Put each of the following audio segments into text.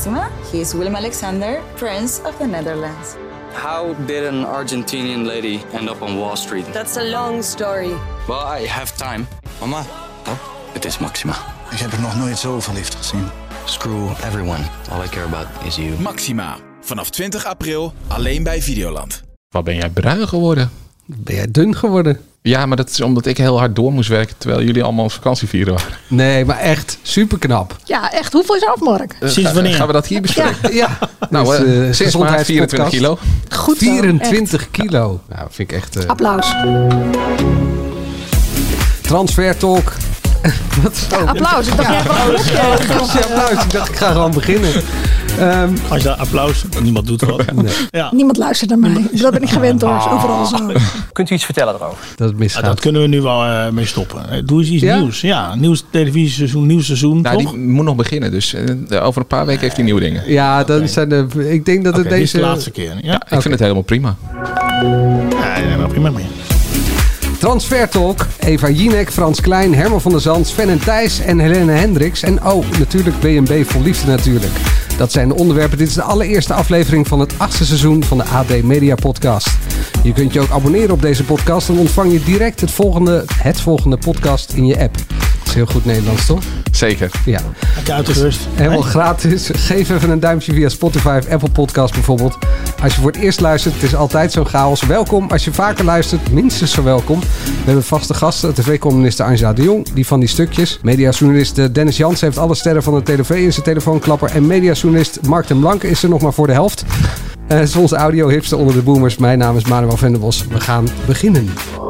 Maxima. He is Willem Alexander, Prince of the Netherlands. How did an Argentinian lady end up on Wall Street? That's a long story. Well, I have time. Mama, Het is Maxima. ik heb er nog nooit zo verliefd gezien. Screw everyone. All I care about is you. Maxima. Vanaf 20 april alleen bij Videoland. Wat ben jij bruin geworden? Ben jij dun geworden? Ja, maar dat is omdat ik heel hard door moest werken terwijl jullie allemaal vakantie vieren waren. Nee, maar echt super knap. Ja, echt. Hoeveel is af, Mark? Sinds wanneer? Gaan we dat hier bespreken? Ja. Nou, Dus, 6 maart 24 kilo. Goed zo, 24 kilo. Nou, vind ik echt... Applaus. Transfer Talk. Wat zo? Ja, applaus. Ik dacht, jij hebt wel een Ja, applaus. Ik dacht, ik ga gewoon beginnen. Als je daar applaus, niemand doet wat. Nee. Ja. Niemand luistert naar mij. Dat ben ik gewend hoor. Is overal zo. Kunt u iets vertellen erover? Dat het misgaat. Dat kunnen we nu wel mee stoppen. Doe eens iets nieuws. Ja, nieuws televisieseizoen, nieuw seizoen, Nou, toch? die moet nog beginnen. Dus over een paar weken heeft hij nieuwe dingen. Ja, dan zijn er... Ik denk dat het Dit is deze... de laatste keer. Ja, Ik vind het helemaal prima. ja prima mee. Transfer Talk. Eva Jinek, Frans Klein, Herman van der Zand, Sven en Thijs en Helene Hendricks. En natuurlijk B&B Vol Liefde natuurlijk. Dat zijn de onderwerpen. Dit is de allereerste aflevering van het 8e seizoen van de AD Media Podcast. Je kunt je ook abonneren op deze podcast. Dan ontvang je direct het volgende podcast in je app. Dat is heel goed Nederlands, toch? Zeker. Ja. Heb je uitgerust? Helemaal gratis. Geef even een duimpje via Spotify of Apple Podcast bijvoorbeeld. Als je voor het eerst luistert, het is altijd zo'n chaos. Welkom. Als je vaker luistert, minstens zo welkom. We hebben vaste gasten. TV-columniste Angela de Jong, die van die stukjes. Mediajournalist Dennis Jans heeft alle sterren van de tv in zijn telefoonklapper. En mediajournalist Mark den Blanke is er nog maar voor de helft. Het is onze audio-hipster onder de boomers. Mijn naam is Manuel Venderbos. We gaan beginnen.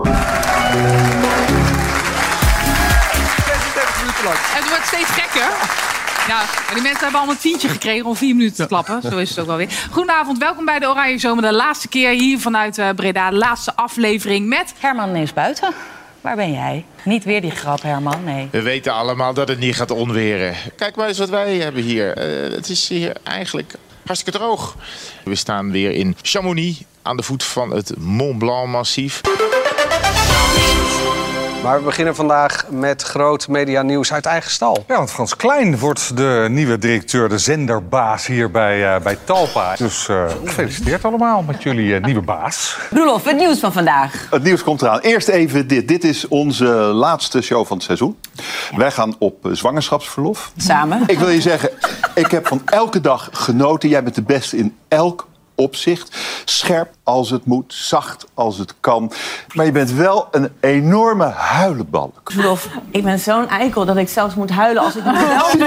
Het wordt steeds gekker. Ja, maar die mensen hebben allemaal een tientje gekregen om 4 minuten te klappen. Zo is het ook wel weer. Goedenavond, welkom bij de Oranje Zomer. De laatste keer hier vanuit Breda. De laatste aflevering met... Herman is buiten. Waar ben jij? Niet weer die grap, Herman, nee. We weten allemaal dat het niet gaat onweren. Kijk maar eens wat wij hebben hier. Het is hier eigenlijk hartstikke droog. We staan weer in Chamonix, aan de voet van het Mont Blanc massief. Maar we beginnen vandaag met groot medianieuws uit eigen stal. Ja, want Frans Klein wordt de nieuwe directeur, de zenderbaas hier bij Talpa. Dus gefeliciteerd allemaal met jullie nieuwe baas. Roelof, het nieuws van vandaag. Het nieuws komt eraan. Eerst even dit. Dit is onze laatste show van het seizoen. Wij gaan op zwangerschapsverlof. Samen. Ik wil je zeggen, ik heb van elke dag genoten. Jij bent de beste in elk opzicht. Scherp als het moet, zacht als het kan. Maar je bent wel een enorme huilenbalk. Roelof, ik ben zo'n eikel dat ik zelfs moet huilen als ik me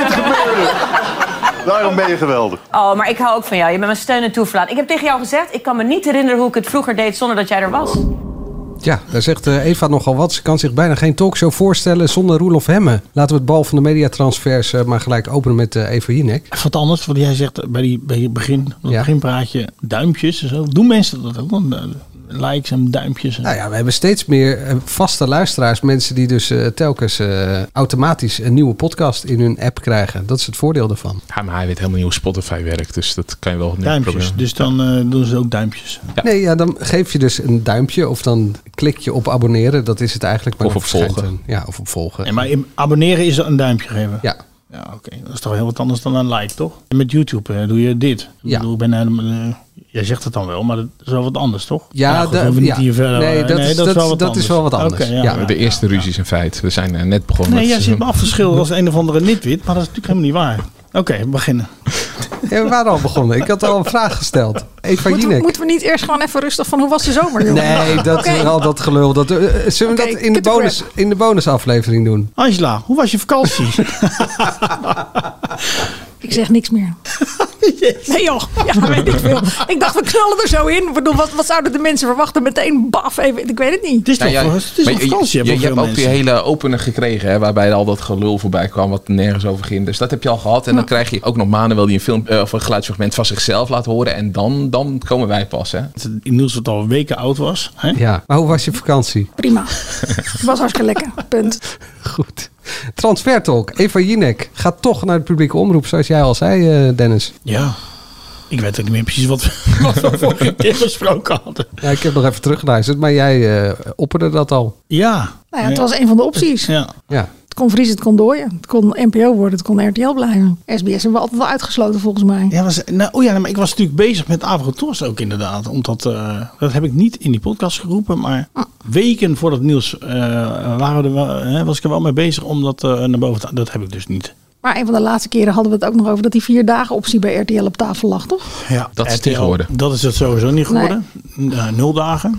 Daarom ben je geweldig. Oh, maar ik hou ook van jou. Je bent mijn steun en toeverlaat. Ik heb tegen jou gezegd, ik kan me niet herinneren hoe ik het vroeger deed zonder dat jij er was. Ja, daar zegt Eva nogal wat. Ze kan zich bijna geen talkshow voorstellen zonder Roelof Hemme. Laten we het bal van de mediatransfers maar gelijk openen met Eva Jinek. Even wat anders, wat jij zegt bij je beginpraatje, duimpjes en zo. Doen mensen dat ook? Likes en duimpjes. Nou ja, we hebben steeds meer vaste luisteraars. Mensen die dus telkens automatisch een nieuwe podcast in hun app krijgen. Dat is het voordeel ervan. Ja, maar hij weet helemaal niet hoe Spotify werkt. Dus dat kan je wel niet duimpjes, proberen. dus dan doen ze ook duimpjes. Ja. Nee, ja, dan geef je dus een duimpje of dan klik je op abonneren. Dat is het eigenlijk. Maar of op volgen. Ja, of op volgen. En maar abonneren is een duimpje geven? Ja. Ja, oké. Dat is toch heel wat anders dan een like, toch? En met YouTube doe je dit. Ja. Ik bedoel, jij zegt het dan wel, maar dat is wel wat anders, toch? Ja, goed, dat is wel wat anders. Okay, ja. De eerste ruzie is een feit. We zijn net begonnen. Nee, jij zit me af te schilderen als een of andere nitwit, maar dat is natuurlijk helemaal niet waar. Oké, we beginnen. Ja, we waren al begonnen. Ik had al een vraag gesteld. Eva Jinek. Moeten we niet eerst gewoon even rustig van hoe was de zomer, jongen? Nee, dat is al dat gelul. Zullen we dat in de bonusaflevering doen? Angela, hoe was je vakantie? Ik zeg niks meer. Nee joh, ja, weet ik veel. Ik dacht, we knallen er zo in. Ik bedoel, wat zouden de mensen verwachten? Meteen baf, even, ik weet het niet. Het is toch vakantie. Je hebt ook die hele opener gekregen, hè, waarbij al dat gelul voorbij kwam wat nergens over ging. Dus dat heb je al gehad. En dan krijg je ook nog Manuel die een film of een geluidsfragment van zichzelf laat horen. En dan komen wij pas. Hè. Het nieuws dat al weken oud was. Hè? Ja, maar hoe was je vakantie? Prima. Het was hartstikke lekker. Punt. Goed. Transfer Talk. Eva Jinek gaat toch naar de publieke omroep, zoals jij al zei, Dennis. Ja. Ik weet ook niet meer precies wat we vorige keer besproken hadden. Ja, ik heb nog even teruggeluisterd, maar jij opperde dat al. Ja. Nou ja, het was een van de opties. Ja. Ja. kon vriezen, het kon dooien. Het kon NPO worden, het kon RTL blijven. SBS hebben we altijd wel uitgesloten volgens mij. Ja, maar ik was natuurlijk bezig met Avrotros ook inderdaad. Omdat, dat heb ik niet in die podcast geroepen. Maar weken voor dat nieuws was ik er wel mee bezig om dat naar boven te... Dat heb ik dus niet. Maar een van de laatste keren hadden we het ook nog over dat die 4 dagen optie bij RTL op tafel lag, toch? Ja, dat is het niet geworden. Dat is het sowieso niet geworden. Nee. 0 dagen.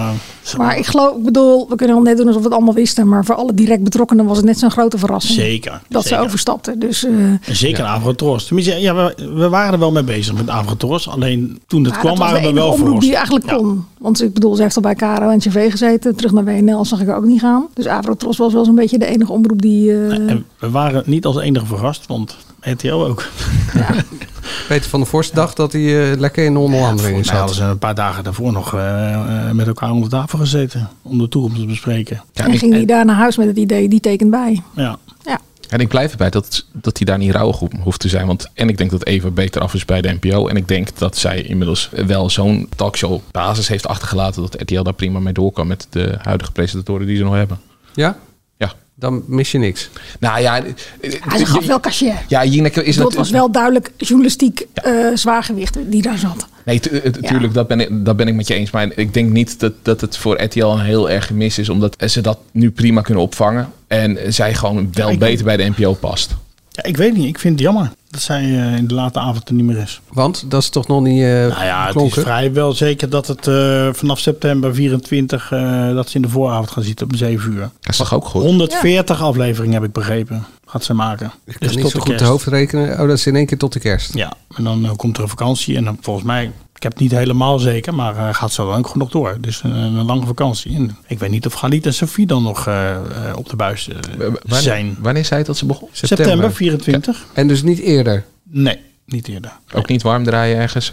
Maar ik bedoel, we kunnen wel net doen alsof we het allemaal wisten. Maar voor alle direct betrokkenen was het net zo'n grote verrassing. Zeker. Dat ze overstapten. Dus, zeker Avrotros. Tenminste, ja, we waren er wel mee bezig met Avrotros. Alleen toen het kwam waren we wel verrast. omroep die eigenlijk kon. Want ik bedoel, ze heeft al bij KRO en TV gezeten. Terug naar WNL zag ik ook niet gaan. Dus Avrotros was wel zo'n beetje de enige omroep die... En we waren niet als enige verrast, want RTL ook. Ja. Peter van der Vorst dacht dat hij lekker in de onderhandeling zat. Hadden ze een paar dagen daarvoor nog met elkaar onder tafel gezeten. Om de toekomst te bespreken. Ja, en ging hij daar naar huis met het idee, die tekent bij. Ja. En ik blijf erbij dat hij daar niet rauw hoeft te zijn. Want ik denk dat Eva beter af is bij de NPO. En ik denk dat zij inmiddels wel zo'n talkshow basis heeft achtergelaten. Dat RTL daar prima mee door kan met de huidige presentatoren die ze nog hebben. Ja? Ja. Dan mis je niks. Nou ja... Hij gaf wel cachet. Ja, Jinek is dat was wel duidelijk journalistiek zwaargewicht die daar zat. Nee, natuurlijk, dat ben ik met je eens. Maar ik denk niet dat het voor RTL een heel erg gemis is. Omdat ze dat nu prima kunnen opvangen. En zij gewoon wel beter bij de NPO past. Ja, ik weet niet. Ik vind het jammer dat zij in de late avond er niet meer is. Want dat is toch nog niet het is vrijwel zeker dat het vanaf september 24... dat ze in de vooravond gaan zitten om 7 uur. Dat is toch ook goed? 140 afleveringen heb ik begrepen. Gaat ze maken. Ik kan niet zo goed de hoofd rekenen. Oh, dat is in één keer tot de kerst. Ja, en dan komt er een vakantie. En dan volgens mij... Ik heb het niet helemaal zeker, maar gaat zo dan ook nog door. Dus een lange vakantie. En ik weet niet of Galit en Sophie dan nog op de buis zijn. Wanneer zei het dat ze begon? September 24. Ja. En dus niet eerder? Nee, niet eerder. Ook niet warm draaien ergens?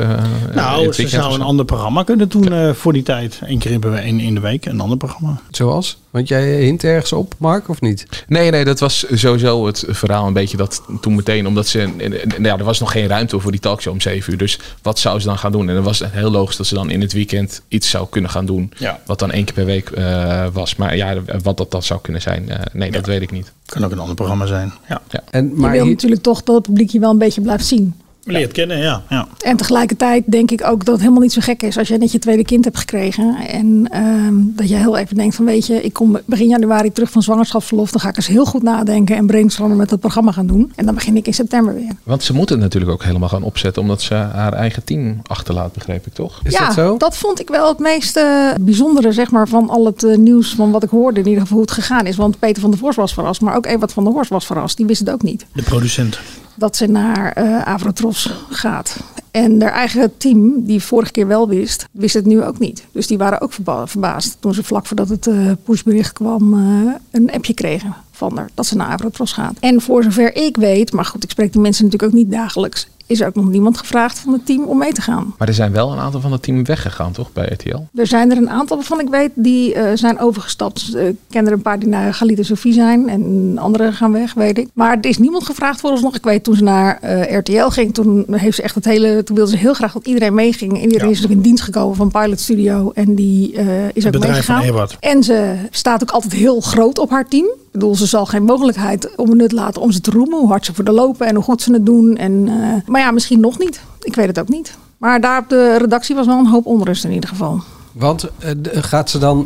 Ze zou een ander programma kunnen doen voor die tijd. 1 keer in de week een ander programma. Zoals? Want jij hint ergens op, Mark, of niet? Nee, dat was sowieso het verhaal een beetje dat toen meteen, omdat ze... er was nog geen ruimte voor die talkshow om 7 uur. Dus wat zou ze dan gaan doen? En dan was het heel logisch dat ze dan in het weekend iets zou kunnen gaan doen. Ja. Wat dan 1 keer per week was. Maar ja, wat dat dan zou kunnen zijn, dat weet ik niet. Kan ook een ander programma zijn. Ja. Maar je wil natuurlijk toch dat het publiek je wel een beetje blijft zien. Leert kennen, ja. En tegelijkertijd denk ik ook dat het helemaal niet zo gek is als je net je tweede kind hebt gekregen. En dat je heel even denkt van weet je, ik kom begin januari terug van zwangerschapsverlof. Dan ga ik eens heel goed nadenken en brainstormen met dat programma gaan doen. En dan begin ik in september weer. Want ze moeten het natuurlijk ook helemaal gaan opzetten omdat ze haar eigen team achterlaat, begreep ik toch? Is dat zo? Dat vond ik wel het meest bijzondere zeg maar, van al het nieuws van wat ik hoorde. In ieder geval hoe het gegaan is. Want Peter van der Vorst was verrast, maar ook Ewart van der Horst was verrast. Die wist het ook niet. De producent. Dat ze naar Avrotros gaat. En haar eigen team, die vorige keer wel wist het nu ook niet. Dus die waren ook verbaasd toen ze vlak voordat het pushbericht kwam een appje kregen van haar dat ze naar Avrotros gaat. En voor zover ik weet, maar goed, ik spreek die mensen natuurlijk ook niet dagelijks, is er ook nog niemand gevraagd van het team om mee te gaan. Maar er zijn wel een aantal van het team weggegaan, toch, bij RTL? Er zijn er een aantal waarvan ik weet, die zijn overgestapt. Ik ken er een paar die naar Galit en Sophie zijn en anderen gaan weg, weet ik. Maar er is niemand gevraagd voor ons nog. Ik weet, toen ze naar RTL ging, toen wilde ze heel graag dat iedereen meeging. En iedereen is natuurlijk in dienst gekomen van Pilot Studio en die is ook meegegaan. En ze staat ook altijd heel groot op haar team. Ik bedoel, ze zal geen mogelijkheid onbenut laten om ze te roemen. Hoe hard ze voor de lopen en hoe goed ze het doen. Maar ja, misschien nog niet. Ik weet het ook niet. Maar daar op de redactie was wel een hoop onrust in ieder geval. Want gaat ze dan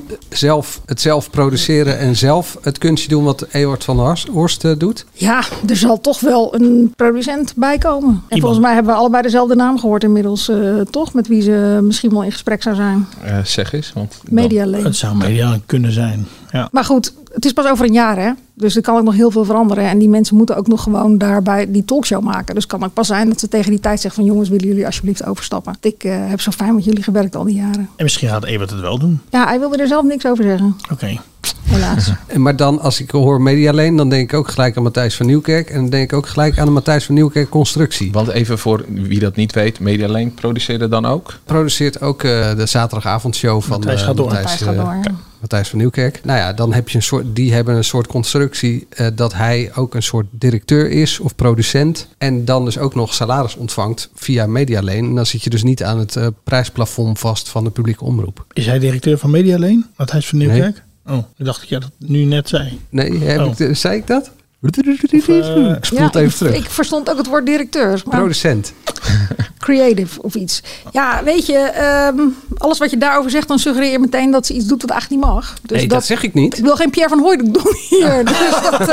zelf produceren en zelf het kunstje doen wat Ewart van der Horst doet? Ja, er zal toch wel een producent bij komen. En volgens mij hebben we allebei dezelfde naam gehoord inmiddels, toch? Met wie ze misschien wel in gesprek zou zijn. Zeg eens. Want Medialane. Het zou Medialane kunnen zijn. Ja. Maar goed, het is pas over een jaar, hè? Dus er kan ook nog heel veel veranderen. En die mensen moeten ook nog gewoon daarbij die talkshow maken. Dus het kan ook pas zijn dat ze tegen die tijd zeggen van jongens, willen jullie alsjeblieft overstappen? Ik heb zo fijn met jullie gewerkt al die jaren. En misschien gaat Ewart het wel doen. Ja, hij wilde er zelf niks over zeggen. Oké. Helaas. Maar dan, als ik hoor Medialane, dan denk ik ook gelijk aan Matthijs van Nieuwkerk. En dan denk ik ook gelijk aan de Matthijs van Nieuwkerk constructie. Want even voor wie dat niet weet, Medialane produceerde dan ook? Produceert ook de zaterdagavondshow van Matthijs gaat door. Matthijs van Nieuwkerk. Nou ja, dan heb je die hebben een soort constructie dat hij ook een soort directeur is of producent. En dan dus ook nog salaris ontvangt via Medialane. En dan zit je dus niet aan het prijsplafond vast van de publieke omroep. Is hij directeur van Medialane, Matthijs van Nieuwkerk? Oh, ik dacht dat jij dat nu net zei. Nee, zei ik dat? Ik spoel het even terug. Ik verstond ook het woord directeur. Maar Producent. Creative of iets. Ja, weet je, alles wat je daarover zegt, dan suggereer je meteen dat ze iets doet wat eigenlijk niet mag. Dus nee, dat zeg ik niet. Ik wil geen Pierre van Hooijdonk doen hier. Dus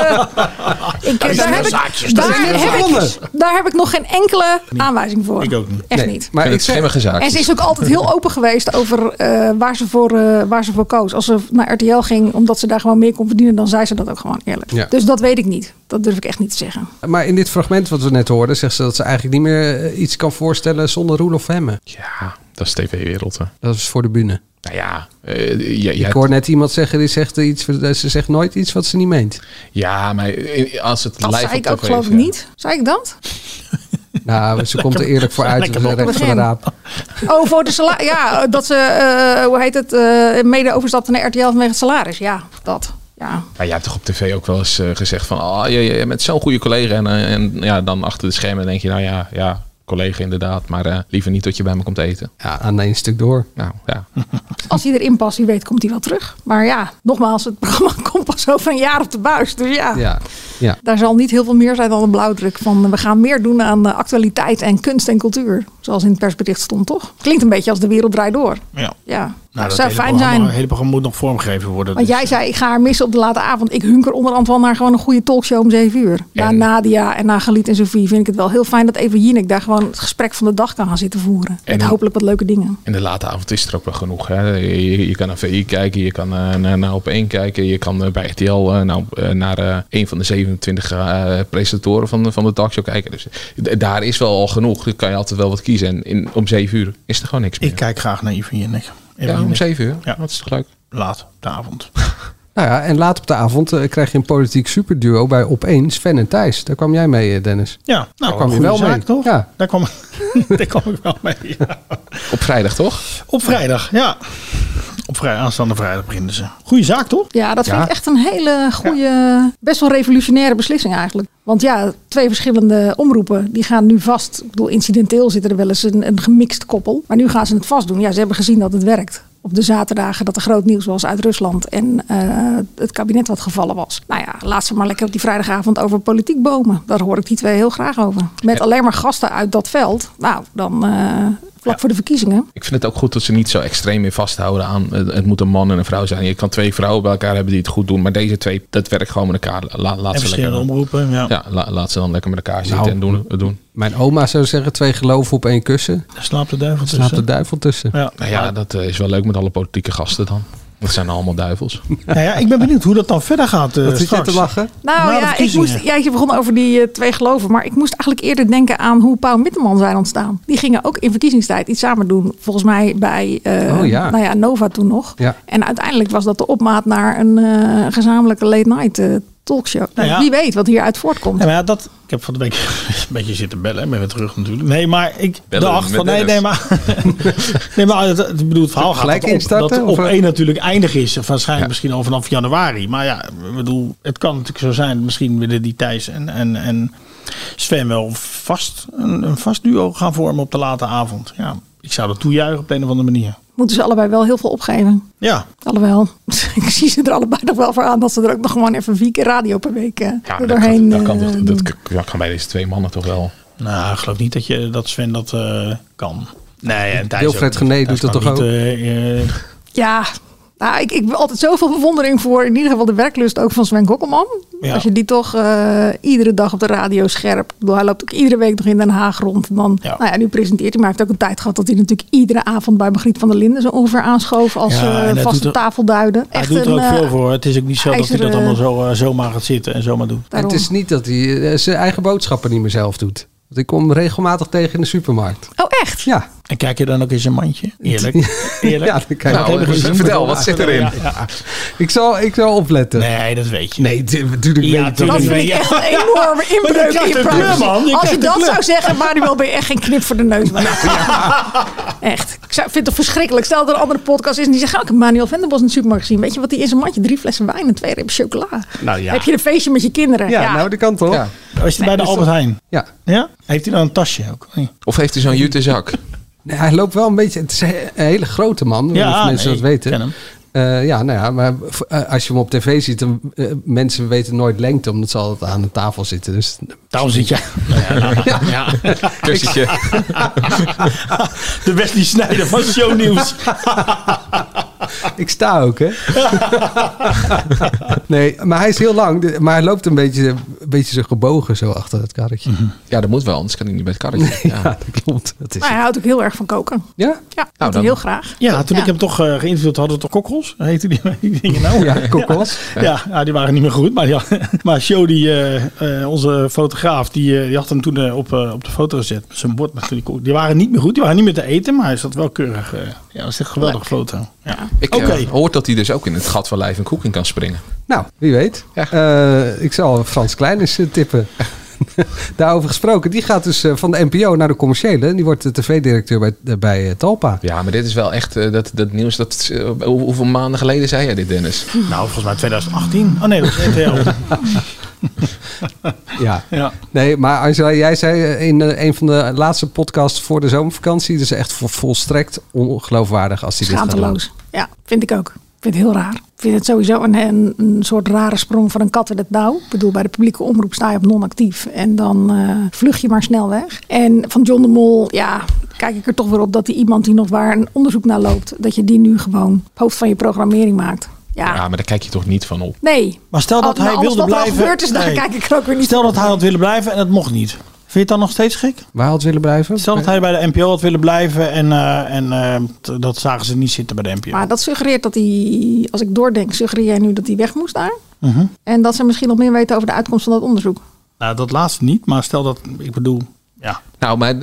daar heb ik nog geen enkele aanwijzing voor. Ik ook niet. Echt niet. Maar het schimmige zaakjes. En ze is ook altijd heel open geweest over waar ze voor koos. Als ze naar RTL ging, omdat ze daar gewoon meer kon verdienen, dan zei ze dat ook gewoon eerlijk. Ja. Dus dat weet ik niet. Dat durf ik echt niet te zeggen. Maar in dit fragment wat we net hoorden, zegt ze dat ze eigenlijk niet meer iets kan voorstellen zonder Roelof Hemmen. Ja, dat is tv-wereld. Hè. Dat is voor de bühne. Nou ja, ik hoor net iemand zeggen, die zegt iets, ze zegt nooit iets wat ze niet meent. Ja, maar als het live zei ik ook geloof ik niet. Zei ik dat? Nou, ze komt er eerlijk voor uit. Recht van de raap. Oh, voor de salaris. Ja, dat ze, mede overstapte naar RTL vanwege het salaris. Ja, dat. Ja. Maar jij hebt toch op tv ook wel eens gezegd van... je bent zo'n goede collega. En dan achter de schermen denk je... Nou ja, collega inderdaad. Maar liever niet dat je bij me komt eten. Ja, aan één stuk door. Nou, ja. Als hij erin past, wie weet, komt hij wel terug. Maar ja, nogmaals, het programma komt pas over een jaar op de buis. Dus ja. Daar zal niet heel veel meer zijn dan een blauwdruk van... we gaan meer doen aan actualiteit en kunst en cultuur. Zoals in het persbericht stond, toch? Klinkt een beetje als De Wereld Draait Door. Ja. Nou, dat zou fijn zijn. Het hele programma moet nog vormgegeven worden. Want jij zei, ik ga haar missen op de late avond. Ik hunker onderhand wel naar gewoon een goede talkshow om 7 uur. Na Nadia en na Galit en Sophie vind ik het wel heel fijn dat Eva Jinek daar gewoon het gesprek van de dag kan gaan zitten voeren. Met hopelijk wat leuke dingen. In de late avond is er ook wel genoeg. Hè? Je kan naar VI kijken, je kan naar Op1 kijken. Je kan bij RTL naar een van de 27 presentatoren van de talkshow kijken. Dus daar is wel al genoeg. Dan kan je altijd wel wat kiezen. En om 7 uur is er gewoon niks meer. Ik kijk graag naar Eva Jinek. Ja, om 7 uur. Ja, dat is toch leuk? Laat op de avond. Nou ja, en laat op de avond krijg je een politiek superduo bij Op1, Sven en Thijs. Daar kwam jij mee, Dennis. Ja, daar kwam je wel zaak, mee. Toch? Ja. Daar kwam ik wel mee. Ja. Op vrijdag, toch? Op vrijdag, ja. Aanstaande vrijdag beginnen ze. Goeie zaak, toch? Ja, dat vind ik echt een hele goede, best wel revolutionaire beslissing eigenlijk. Want ja, 2 verschillende omroepen, die gaan nu vast. Ik bedoel, incidenteel zit er wel eens een gemixt koppel. Maar nu gaan ze het vast doen. Ja, ze hebben gezien dat het werkt. Op de zaterdagen dat er groot nieuws was uit Rusland en het kabinet wat gevallen was. Nou ja, laat ze maar lekker op die vrijdagavond over politiek bomen. Daar hoor ik die 2 heel graag over. Met alleen maar gasten uit dat veld. Nou, dan vlak voor de verkiezingen. Ik vind het ook goed dat ze niet zo extreem meer vasthouden aan het moet een man en een vrouw zijn. Je kan 2 vrouwen bij elkaar hebben die het goed doen. Maar deze 2, dat werkt gewoon met elkaar. Laat ze lekker omroepen. Ja, laat ze dan lekker met elkaar zitten en doen. Mijn oma zou zeggen 2 geloven op 1 kussen. Daar slaapt de duivel tussen. Slaapt de duivel tussen. Ja. Nou ja, dat is wel leuk met alle politieke gasten dan. Dat zijn allemaal duivels. Nou ja, ik ben benieuwd hoe dat dan verder gaat Wat zit je te lachen? Nou ja, je begon over die 2 geloven. Maar ik moest eigenlijk eerder denken aan hoe Pauw en Witteman zijn ontstaan. Die gingen ook in verkiezingstijd iets samen doen. Volgens mij bij Nova toen nog. Ja. En uiteindelijk was dat de opmaat naar een gezamenlijke late night talkshow. Nou, wie weet wat hieruit voortkomt. Ja, maar ik heb van de week een beetje zitten bellen. Ben weer terug natuurlijk. Nee, maar ik dacht van nee, maar het bedoel, het verhaal gaat dat op 1 natuurlijk eindig is. Waarschijnlijk misschien al vanaf januari. Maar ja, ik bedoel, het kan natuurlijk zo zijn. Misschien willen die Thijs en Sven wel een vast duo gaan vormen op de late avond. Ja, ik zou dat toejuichen op de een of andere manier. Moeten ze allebei wel heel veel opgeven. Ja. Alhoewel, ik zie ze er allebei nog wel voor aan dat ze er ook nog gewoon even 4 keer radio per week doorheen dat kan bij deze 2 mannen toch wel. Nou, ik geloof niet dat Sven dat kan. Nee, en Thijs Wilfred Gené doet dat toch ook? Ja. Nou, ik heb altijd zoveel bewondering voor in ieder geval de werklust ook van Sven Kokkelman. Ja. Als je die toch iedere dag op de radio scherp. Ik bedoel, hij loopt ook iedere week nog in Den Haag rond. En dan, nu presenteert hij. Maar hij heeft ook een tijd gehad dat hij natuurlijk iedere avond bij Margriet van der Linden zo ongeveer aanschoof als vaste tafelduider. Hij doet er ook veel voor. Het is ook niet zo dat hij dat allemaal zomaar gaat zitten en zomaar doet. En het is niet dat hij zijn eigen boodschappen niet meer zelf doet. Want ik kom regelmatig tegen in de supermarkt. Oh, echt? Ja. En kijk je dan ook in zijn mandje? Eerlijk. Ja, dan kijk vertel, wat zit erin? Ja. Ik zal opletten. Nee, dat weet je. Nee, natuurlijk weet je. Dat vind ik echt een enorme inbreuk in je privacy. Als je dat zou zeggen, Manuel, ben je echt geen knip voor de neus. Echt. Ik vind het verschrikkelijk. Stel dat er een andere podcast is en die zegt, ik heb Manuel Venderbos in de supermarkt gezien. Weet je wat die in zijn mandje? 3 flessen wijn en 2 repen chocola. Nou, ja. Heb je een feestje met je kinderen? Ja, nou, dat kan toch? Ja. Is hij bij de Albert Heijn? Ja. Heeft hij dan een tasje ook? Nee. Of heeft hij zo'n jute zak? Nee, hij loopt wel een beetje. Het is een hele grote man. Ja, mensen dat weten. Maar als je hem op tv ziet, dan mensen weten nooit lengte, omdat ze altijd aan de tafel zitten. Dus daarom zit je. Kussentje. De Wesley Snijder van Shownieuws. Ik sta ook, hè? Nee, maar hij is heel lang. Maar hij loopt een beetje zo gebogen zo achter het karretje. Ja, dat moet wel, anders kan hij niet bij het karretje. Nee, ja, dat klopt. Dat is Maar hij houdt ook heel erg van koken. Ja? Ja, dat heel graag. Ja, toen ik hem toch geïnterviewd hadden we toch kokkels? Heette die dingen nou? Ja, kokkels. Ja, die waren niet meer goed. Maar Show, onze fotograaf, die had hem toen op de foto gezet. Met zijn bord. Die waren niet meer goed. Die waren niet meer te eten, maar hij zat wel keurig. Dat is echt een geweldige foto. Ja. Ik hoor dat hij dus ook in het gat van Live en Cooking kan springen. Nou, wie weet. Ja. Ik zal Frans Klein eens tippen. Daarover gesproken. Die gaat dus van de NPO naar de commerciële. Die wordt de tv-directeur bij Talpa. Ja, maar dit is wel echt dat nieuws. Hoeveel maanden geleden zei jij dit, Dennis? Nou, volgens mij 2018. Oh nee, dat is RTL. Ja. Nee, maar Angela, jij zei in een van de laatste podcasts voor de zomervakantie, dus echt volstrekt ongeloofwaardig als hij dit gaat doen. Schaamteloos. Ja, vind ik ook. Ik vind het heel raar. Ik vind het sowieso een soort rare sprong van een kat in het nauw. Ik bedoel, bij de publieke omroep sta je op non-actief. En dan vlug je maar snel weg. En van John de Mol, kijk ik er toch weer op dat hij iemand die nog waar een onderzoek naar loopt, dat je die nu gewoon hoofd van je programmering maakt. Ja, maar daar kijk je toch niet van op? Nee. Maar stel dat hij wilde blijven. Gebeurd is, daar kijk ik er ook weer niet stel dat hij had willen blijven en het mocht niet. Vind je het dan nog steeds gek? Waar had willen blijven? Stel dat hij bij de NPO had willen blijven en dat zagen ze niet zitten bij de NPO. Maar dat suggereert dat hij, als ik doordenk, suggereer jij nu dat hij weg moest daar? Uh-huh. En dat ze misschien nog meer weten over de uitkomst van dat onderzoek? Nou, dat laatste niet, maar stel dat, ik bedoel, ja. Nou, maar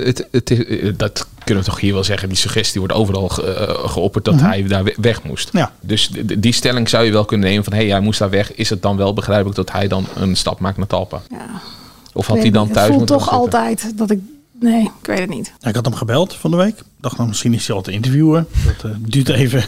dat kunnen we toch hier wel zeggen. Die suggestie wordt overal geopperd dat hij daar weg moest. Ja. Dus die stelling zou je wel kunnen nemen van hij moest daar weg. Is het dan wel begrijpelijk dat hij dan een stap maakt naar Talpa? Ja. Of had hij dan thuis moeten Het voelt toch altijd dat ik... Nee, ik weet het niet. Ja, ik had hem gebeld van de week. Ik dacht, nou, misschien is hij al te interviewen. Dat duurt even.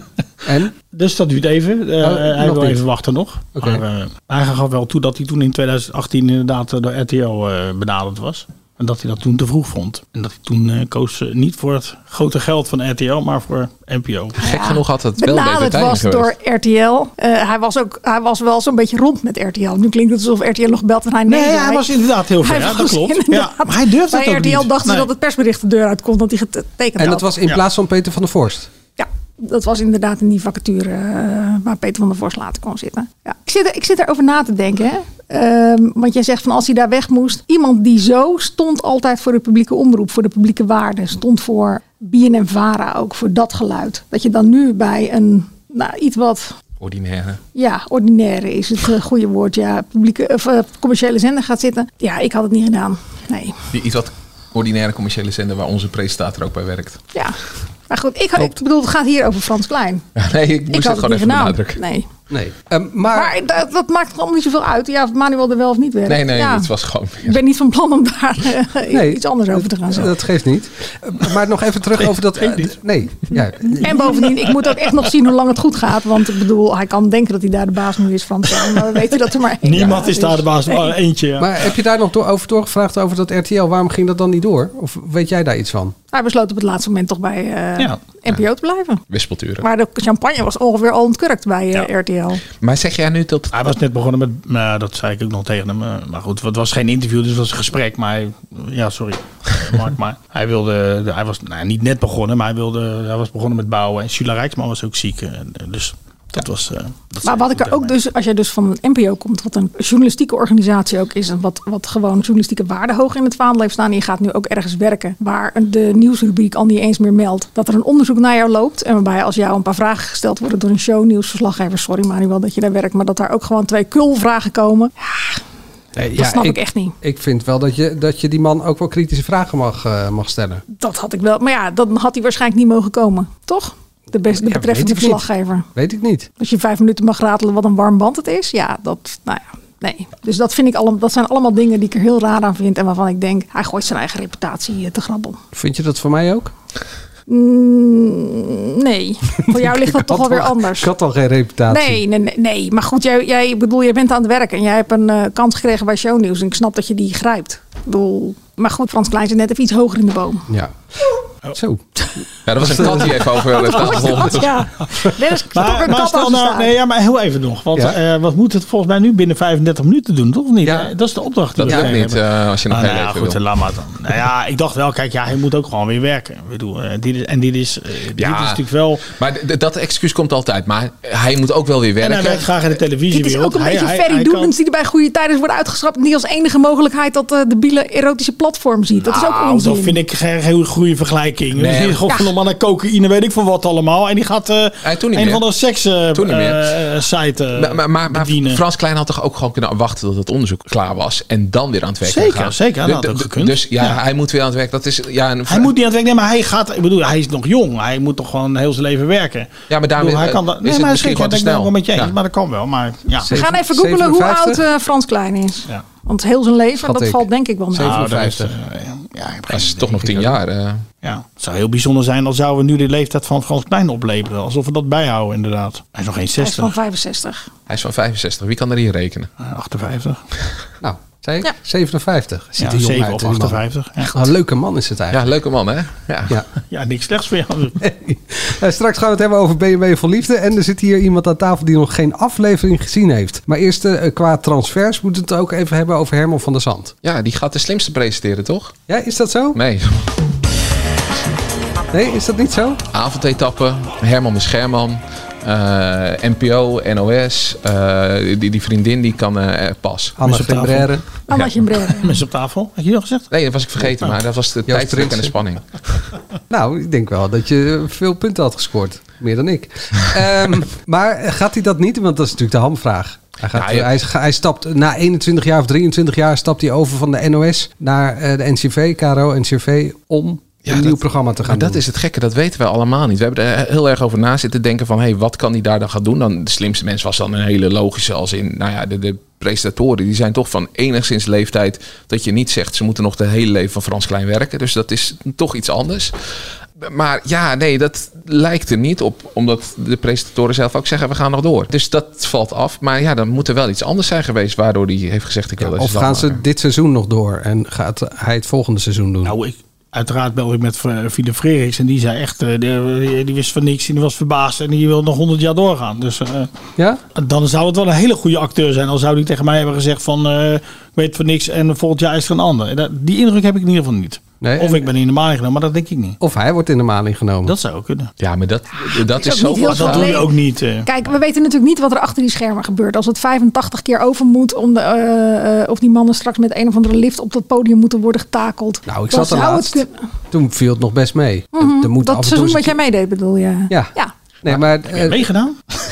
En? Dus dat duurt even. Hij wil even wachten nog. Okay. Maar hij gaf wel toe dat hij toen in 2018 inderdaad door RTL benaderd was. En dat hij dat toen te vroeg vond. En dat hij toen koos niet voor het grote geld van RTL, maar voor NPO. Gek genoeg had het wel beter timing was door RTL. Hij was wel zo'n beetje rond met RTL. Nu klinkt het alsof RTL nog belt en hij nee. Hij was inderdaad heel ver. Ja, dat klopt. Ja, maar hij durfde het ook niet. Bij RTL dachten ze dat het persbericht de deur uitkomt, dat hij getekend had. En dat was in plaats van Peter van der Voorst? Ja. Dat was inderdaad in die vacature waar Peter van der Voorst later kon zitten. Ja. Ik zit erover na te denken. Hè? Want jij zegt van als hij daar weg moest. Iemand die zo stond altijd voor de publieke omroep. Voor de publieke waarden. Stond voor BNN-Vara ook. Voor dat geluid. Dat je dan nu bij een iets wat... Ordinaire. Ja, ordinaire is het goede woord. Ja, commerciële zender gaat zitten. Ja, ik had het niet gedaan. Nee. Die iets wat ordinaire commerciële zender waar onze presentator ook bij werkt. Ja. Maar goed, ik bedoel, het gaat hier over Frans Klein. Ja, nee, ik moest het gewoon even benadrukken. Nee. Maar dat maakt allemaal niet zoveel uit. Ja, of Manuel er wel of niet werkt. Nee, het was gewoon... Ik ben niet van plan om daar iets anders over te gaan zeggen. Dat geeft niet. Maar nog even terug over dat... Nee. Ja. En bovendien, ik moet ook echt nog zien hoe lang het goed gaat. Want ik bedoel, hij kan denken dat hij daar de baas nu is, Frans Klein. Maar we weten dat er maar één Niemand is daar de baas, maar eentje. Ja. Maar heb je daar nog over doorgevraagd over dat RTL? Waarom ging dat dan niet door? Of weet jij daar iets van? Hij besloot op het laatste moment toch bij NPO te blijven. Wispelturen. Maar de champagne was ongeveer al ontkurkt bij RTL. Maar zeg jij nu dat... Hij was net begonnen met... Nou, dat zei ik ook nog tegen hem. Maar goed, het was geen interview, dus het was een gesprek. Maar sorry. Maar hij wilde... Hij was niet net begonnen, maar hij was begonnen met bouwen. En Sula Rijksman was ook ziek. Dus... Dat was, maar wat ik er ook dus, als jij dus van een NPO komt, wat een journalistieke organisatie ook is, en wat gewoon journalistieke waarden hoog in het vaandel heeft staan, en je gaat nu ook ergens werken waar de nieuwsrubriek al niet eens meer meldt dat er een onderzoek naar jou loopt, en waarbij als jou een paar vragen gesteld worden door een shownieuwsverslaggever, sorry Manuel dat je daar werkt, maar dat daar ook gewoon 2 kulvragen komen. Dat snap ik echt niet. Ik vind wel dat je die man ook wel kritische vragen mag stellen. Dat had ik wel, maar ja, dan had hij waarschijnlijk niet mogen komen, toch? De betreffende verslaggever. Weet ik niet. Als je 5 minuten mag ratelen wat een warm band het is. Ja, nee. Dus dat vind ik dat zijn allemaal dingen die ik er heel raar aan vind. En waarvan ik denk, hij gooit zijn eigen reputatie te grabbel. Vind je dat voor mij ook? Nee. Voor jou ligt dat toch alweer anders. Ik had al geen reputatie. Nee. Maar goed, jij bent aan het werk. En jij hebt een kans gekregen bij Shownieuws. En ik snap dat je die grijpt. Maar goed, Frans Klein zit net even iets hoger in de boom. Ja. Zo. Ja, dat was een kat die even over de tafel rond. Ja. Maar stel nou, maar heel even nog. Want wat moet het volgens mij nu binnen 35 minuten doen, toch? Of niet? Ja. Dat is de opdracht. Dat lukt niet als je nog heel even goed, wil. laat maar dan. Nou ja, ik dacht wel, kijk, hij moet ook gewoon weer werken. Ik bedoel, dit is natuurlijk wel... Maar dat excuus komt altijd. Maar hij moet ook wel weer werken. En hij werkt graag in de televisiewereld. Dit is ook een beetje Ferry Doedens die er bij Goede Tijden wordt uitgeschrapt. En die als enige mogelijkheid dat de biele erotische platform ziet. Dat is ook onzin. Dat vind ik geen hele goede vergelijking. Nee. Dus die godverdomme aan cocaïne, weet ik van wat allemaal. En die gaat een van de seks-site maar bedienen. Frans Klein had toch ook gewoon kunnen wachten tot het onderzoek klaar was. En dan weer aan het werk gaan. Zeker. Dat had ook gekund. Dus hij moet weer aan het werk. Dat is, hij moet niet aan het werk, nee, maar hij gaat... Ik bedoel, hij is nog jong. Hij moet toch gewoon heel zijn leven werken. Ja, maar daarmee hij kan dat, is het misschien gewoon te snel. Ik ben het wel met je eens, maar dat kan wel. Maar, ja. We gaan even googlen hoe oud Frans Klein is. Ja. Want heel zijn leven, dat valt denk ik wel mee. 57. Dat is toch nog 10 jaar. Ja, het zou heel bijzonder zijn als zouden we nu de leeftijd van Frans Klein opleveren. Alsof we dat bijhouden, inderdaad. Hij is nog geen 60. Hij is van 65. Hij is van 65. Wie kan er hier rekenen? 58. Nou, zei ik? 57. Ziet er jong 7 uit, of die man. 58. Ja. Een leuke man is het eigenlijk. Ja, leuke man, hè? Ja, niks slechts voor jou. Straks gaan we het hebben over BMW voor Liefde. En er zit hier iemand aan tafel die nog geen aflevering gezien heeft. Maar eerst qua transfers moeten we het ook even hebben over Herman van der Zand. Ja, die gaat de slimste presenteren, toch? Ja, is dat zo? Nee. Nee, is dat niet zo? Avondetappen, Herman de Scherman, NPO, NOS, die vriendin die kan pas. Anna Gimbrère. Anna Gimbrère. Mensen op tafel, had je dat gezegd? Nee, dat was ik vergeten, maar dat was de tijdstrek en de spanning. Nou, ik denk wel dat je veel punten had gescoord. Meer dan ik. Maar gaat hij dat niet? Want dat is natuurlijk de hamvraag. Hij stapt na 21 jaar of 23 jaar stapt hij over van de NOS naar de NCV, KRO-NCV, om een nieuw programma te gaan doen. Dat is het gekke, dat weten we allemaal niet. We hebben er heel erg over na zitten denken van... wat kan hij daar dan gaan doen? Dan, de slimste mens was dan een hele logische als in... de presentatoren, die zijn toch van enigszins leeftijd... dat je niet zegt, ze moeten nog de hele leven van Frans Klein werken. Dus dat is toch iets anders. Maar ja, nee, dat lijkt er niet op. Omdat de presentatoren zelf ook zeggen, we gaan nog door. Dus dat valt af. Maar ja, dan moet er wel iets anders zijn geweest... waardoor hij heeft gezegd, ik wil dat. Of gaan ze dit seizoen nog door? En gaat hij het volgende seizoen doen? Nou, uiteraard belde ik met Philip Frerichs en die zei echt, die wist van niks en die was verbaasd en die wil nog 100 jaar doorgaan. Dus dan zou het wel een hele goede acteur zijn. Al zou die tegen mij hebben gezegd van, ik weet van niks en volgend jaar is er een ander. Die indruk heb ik in ieder geval niet. Nee, of ik ben in de maling genomen, maar dat denk ik niet. Of hij wordt in de maling genomen. Dat zou ook kunnen. Ja, maar dat is zo... Dat doe je ook niet. Kijk, we weten natuurlijk niet wat er achter die schermen gebeurt. Als het 85 keer over moet om of die mannen straks met een of andere lift op dat podium moeten worden getakeld. Nou, ik zat er laatst. Toen viel het nog best mee. Dat seizoen wat jij meedeed, bedoel je? Ja. Nee, maar heb je meegedaan?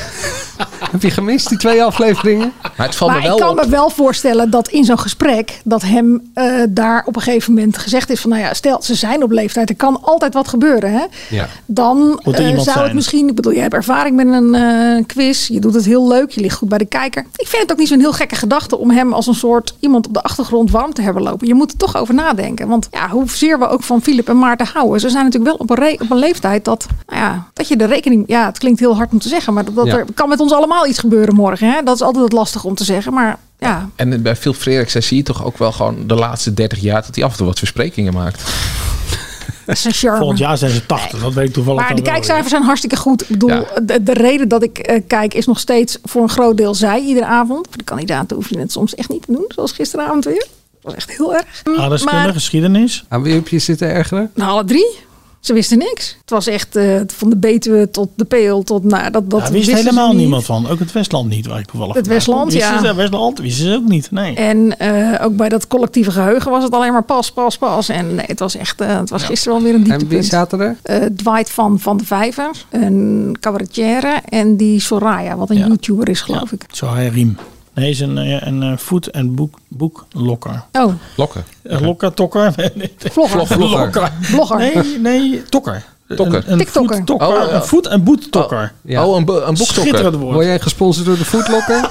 Heb je gemist, die 2 afleveringen? Maar het valt me wel ik kan me wel voorstellen dat in zo'n gesprek... dat hem daar op een gegeven moment gezegd is van... nou ja, stel, ze zijn op leeftijd. Er kan altijd wat gebeuren, hè? Ja. Dan zou het misschien... Ik bedoel, je hebt ervaring met een quiz. Je doet het heel leuk. Je ligt goed bij de kijker. Ik vind het ook niet zo'n heel gekke gedachte... om hem als een soort iemand op de achtergrond warm te hebben lopen. Je moet er toch over nadenken. Want ja, hoezeer we ook van Philip en Maarten houden... ze zijn natuurlijk wel op een leeftijd dat... Nou ja, dat je de rekening... Ja, het klinkt heel hard om te zeggen... maar dat er kan met ons allemaal iets gebeuren morgen. Hè? Dat is altijd het lastig om te zeggen, maar ja. En bij Philip Frerichs zie je toch ook wel gewoon de laatste 30 jaar... dat hij af en toe wat versprekingen maakt. Dat is een charme. Volgend jaar zijn ze 80, dat weet ik toevallig. Maar de kijkcijfers zijn hartstikke goed. Ik bedoel, de reden dat ik kijk is nog steeds voor een groot deel zij iedere avond. Voor de kandidaten hoef je het soms echt niet te doen, zoals gisteravond weer. Dat was echt heel erg. Aardrijkskunde, geschiedenis. Aan wie heb je zitten ergeren? Nou, alle 3. Ze wisten niks. Het was echt van de Betuwe tot de Peel tot... Nou, dat wist helemaal niemand van. Ook het Westland niet, waar ik toevallig het Westland, ja. Het Westland wisten ze ook niet, nee. En ook bij dat collectieve geheugen was het alleen maar pas. En nee, het was echt... het was gisteren wel weer een dieptepunt. En wie zaten er? Dwight van de Vijver, een cabaretière en die Soraya, wat een YouTuber is, geloof ik. Soraya Riem. Nee, is een food- en boeklokker. Oh. Lokker. Lokker, tokker. Vlogger. Blogger. Nee, tokker. Een TikTokker. Een voet- en boettokker. Een boektokker. Schitterend woord. Word jij gesponsord door de Foodlokker?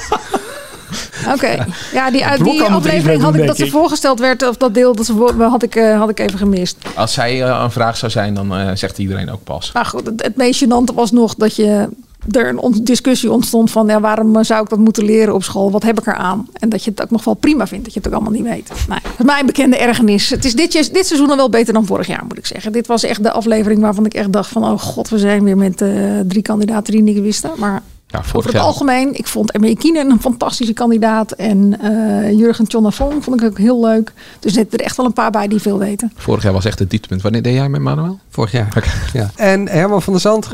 Oké. Ja, die aflevering had ik dat ze voorgesteld werd, of dat deel, had ik even gemist. Als zij een vraag zou zijn, dan zegt iedereen ook pas. Maar goed, het meest gênante was nog dat je er een discussie ontstond van waarom zou ik dat moeten leren op school? Wat heb ik eraan? En dat je het ook nog wel prima vindt dat je het ook allemaal niet weet. Nou, dat is mijn bekende ergernis. Het is dit seizoen al wel beter dan vorig jaar, moet ik zeggen. Dit was echt de aflevering waarvan ik echt dacht van oh god, we zijn weer met 3 kandidaten die niks wisten. Maar over het algemeen, ik vond Emme Ekinen een fantastische kandidaat. En Jurgen Tjonnafon vond ik ook heel leuk. Dus er zitten er echt wel een paar bij die veel weten. Vorig jaar was echt het dieptepunt. Wanneer deed jij met Manuel? Vorig jaar. Okay. Ja. En Herman van der Zand,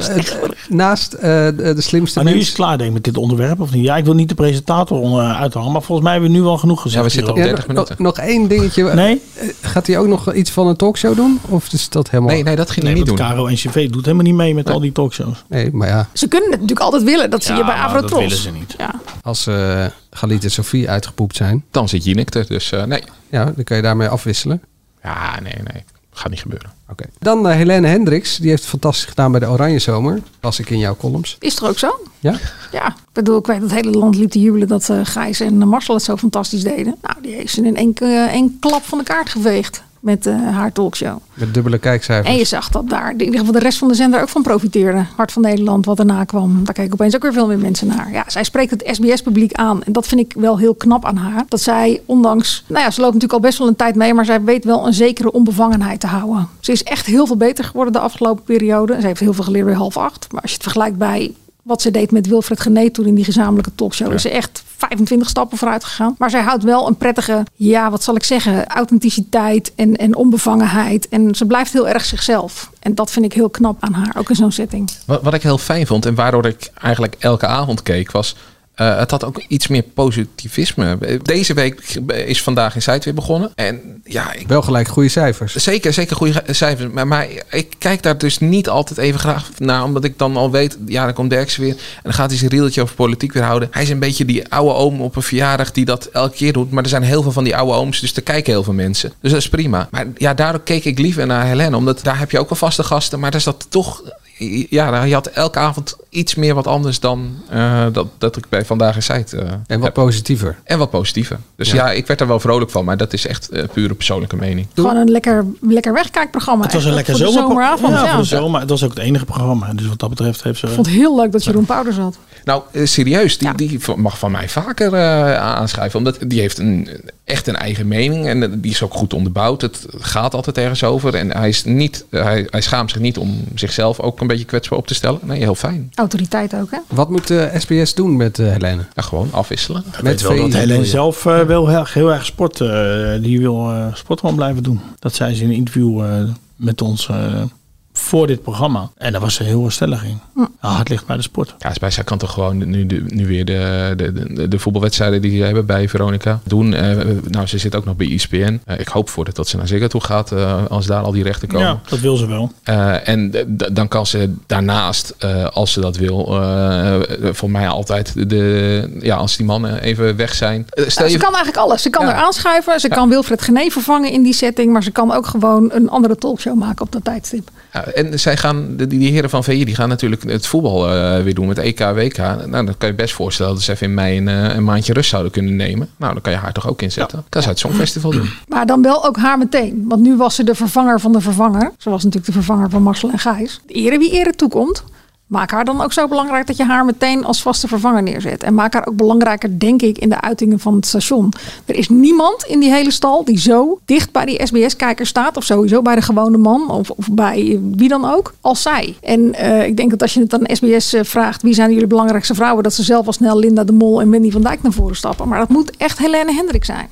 naast de slimste nu is het klaar denk ik met dit onderwerp, of niet? Ja, ik wil niet de presentator uithalen, maar volgens mij hebben we nu wel genoeg gezegd. Ja, we zitten op 30 minuten. Nog één dingetje. Nee? Gaat hij ook nog iets van een talkshow doen? Of is dat helemaal... Nee, dat ging hij niet doen. Caro NCV doet helemaal niet mee met al die talkshows. Nee, maar ja. Ze kunnen het natuurlijk altijd willen. Dat zie je bij Avro Tros. Dat willen ze niet. Ja. Als Galit en Sophie uitgepoept zijn. Dan zit Jinek er, dus nee. Ja, dan kan je daarmee afwisselen. Ja, nee. Gaat niet gebeuren. Okay. Dan Helene Hendricks. Die heeft het fantastisch gedaan bij de Oranje Zomer. Las ik in jouw columns. Is er ook zo? Ja? Ja. Ik bedoel, ik weet dat het hele land liep te jubelen dat Gijs en Marcel het zo fantastisch deden. Nou, die heeft ze in één klap van de kaart geveegd. Met haar talkshow. Met dubbele kijkcijfers. En je zag dat daar in ieder geval de rest van de zender ook van profiteerde. Hart van Nederland, wat erna kwam. Daar keken opeens ook weer veel meer mensen naar. Ja, zij spreekt het SBS-publiek aan. En dat vind ik wel heel knap aan haar. Dat zij ondanks... Nou ja, ze loopt natuurlijk al best wel een tijd mee. Maar zij weet wel een zekere onbevangenheid te houden. Ze is echt heel veel beter geworden de afgelopen periode. Ze heeft heel veel geleerd bij 7:30. Maar als je het vergelijkt bij... wat ze deed met Wilfred Genee toen in die gezamenlijke talkshow. Is ze echt 25 stappen vooruit gegaan. Maar zij houdt wel een prettige, wat zal ik zeggen, authenticiteit en onbevangenheid. En ze blijft heel erg zichzelf. En dat vind ik heel knap aan haar, ook in zo'n setting. Wat ik heel fijn vond en waardoor ik eigenlijk elke avond keek was... het had ook iets meer positivisme. Deze week is Vandaag in Zuid weer begonnen. En ja, wel gelijk goede cijfers. Zeker goede cijfers. Maar ik kijk daar dus niet altijd even graag naar. Omdat ik dan al weet, dan komt Derksen weer. En dan gaat hij zijn rieltje over politiek weer houden. Hij is een beetje die oude oom op een verjaardag die dat elke keer doet. Maar er zijn heel veel van die oude ooms. Dus er kijken heel veel mensen. Dus dat is prima. Maar ja, daardoor keek ik liever naar Helene. Omdat daar heb je ook wel vaste gasten. Maar daar is dat toch... Ja, je had elke avond iets meer wat anders dan dat ik bij Vandaag in Zuid en wat positiever. En wat positiever. Dus ja, ik werd er wel vrolijk van. Maar dat is echt pure persoonlijke mening. Gewoon een lekker wegkijkprogramma. Het was een lekker zomeravond. Ja, voor de zomer. Het was ook het enige programma. Dus wat dat betreft heeft ze... Ik vond het heel leuk dat Jeroen Pauwers had. Nou, serieus. Die mag van mij vaker aanschrijven. Omdat die heeft echt een eigen mening. En die is ook goed onderbouwd. Het gaat altijd ergens over. En hij schaamt zich niet om zichzelf ook een beetje kwetsbaar op te stellen. Nee, heel fijn. Autoriteit ook, hè? Wat moet SBS doen met Helene? Ja, gewoon afwisselen. Ik weet wel dat Helene zelf wel heel erg sport. Die wil sport gewoon blijven doen. Dat zei ze in een interview met ons... voor dit programma. En daar was ze heel stellig in. Het ligt bij de sport. Ja, zij kan toch gewoon nu weer de voetbalwedstrijden die ze hebben bij Veronica doen. Nou, ze zit ook nog bij ESPN. Ik hoop voor dat ze naar Ziggo toe gaat als daar al die rechten komen. Ja, dat wil ze wel. En dan kan ze daarnaast, als ze dat wil, voor mij altijd als die mannen even weg zijn. Ze kan eigenlijk alles. Ze kan er aanschuiven. Ze kan Wilfred Genee vervangen in die setting. Maar ze kan ook gewoon een andere talkshow maken op dat tijdstip. Ja, en zij gaan, die heren van VI, die gaan natuurlijk het voetbal weer doen met EK, WK. Nou, dan kan je best voorstellen dat ze even in mei een maandje rust zouden kunnen nemen. Nou, dan kan je haar toch ook inzetten. Dan kan ze het Songfestival doen. Maar dan wel ook haar meteen. Want nu was ze de vervanger van de vervanger. Ze was natuurlijk de vervanger van Marcel en Gijs. De ere wie ere toekomt. Maak haar dan ook zo belangrijk dat je haar meteen als vaste vervanger neerzet. En maak haar ook belangrijker, denk ik, in de uitingen van het station. Er is niemand in die hele stal die zo dicht bij die SBS-kijker staat. Of sowieso bij de gewone man. Of bij wie dan ook. Als zij. En ik denk dat als je het aan SBS vraagt. Wie zijn jullie belangrijkste vrouwen? Dat ze zelf al snel Linda de Mol en Wendy van Dijk naar voren stappen. Maar dat moet echt Helene Hendricks zijn.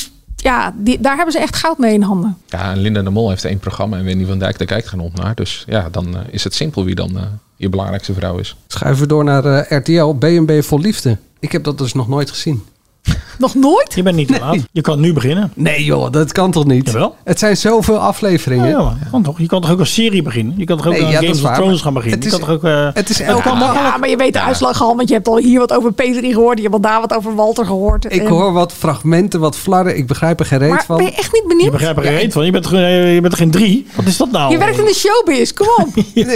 Daar hebben ze echt goud mee in handen. Ja, en Linda de Mol heeft 1 programma. En Wendy van Dijk, daar kijkt geen op naar. Dus ja, dan is het simpel wie dan... je belangrijkste vrouw is. Schuiven we door naar RTL, B&B Vol Liefde. Ik heb dat dus nog nooit gezien. Nog nooit? Je bent niet te laat. Je kan nu beginnen. Nee joh, dat kan toch niet? Jawel. Het zijn zoveel afleveringen. Ja, kan toch? Je kan toch ook een serie beginnen? Je kan toch ook aan Games of Thrones gaan beginnen? Het is elke dag. Maar je weet de uitslag al, want je hebt al hier wat over Peter gehoord. Je hebt al daar wat over Walter gehoord. Ik hoor wat fragmenten, wat flarden. Ik begrijp er geen reet van. Ben je echt niet benieuwd? Je begrijpt er geen reet van. Je bent er geen 3. Wat is dat nou? Je werkt in de showbiz, kom op.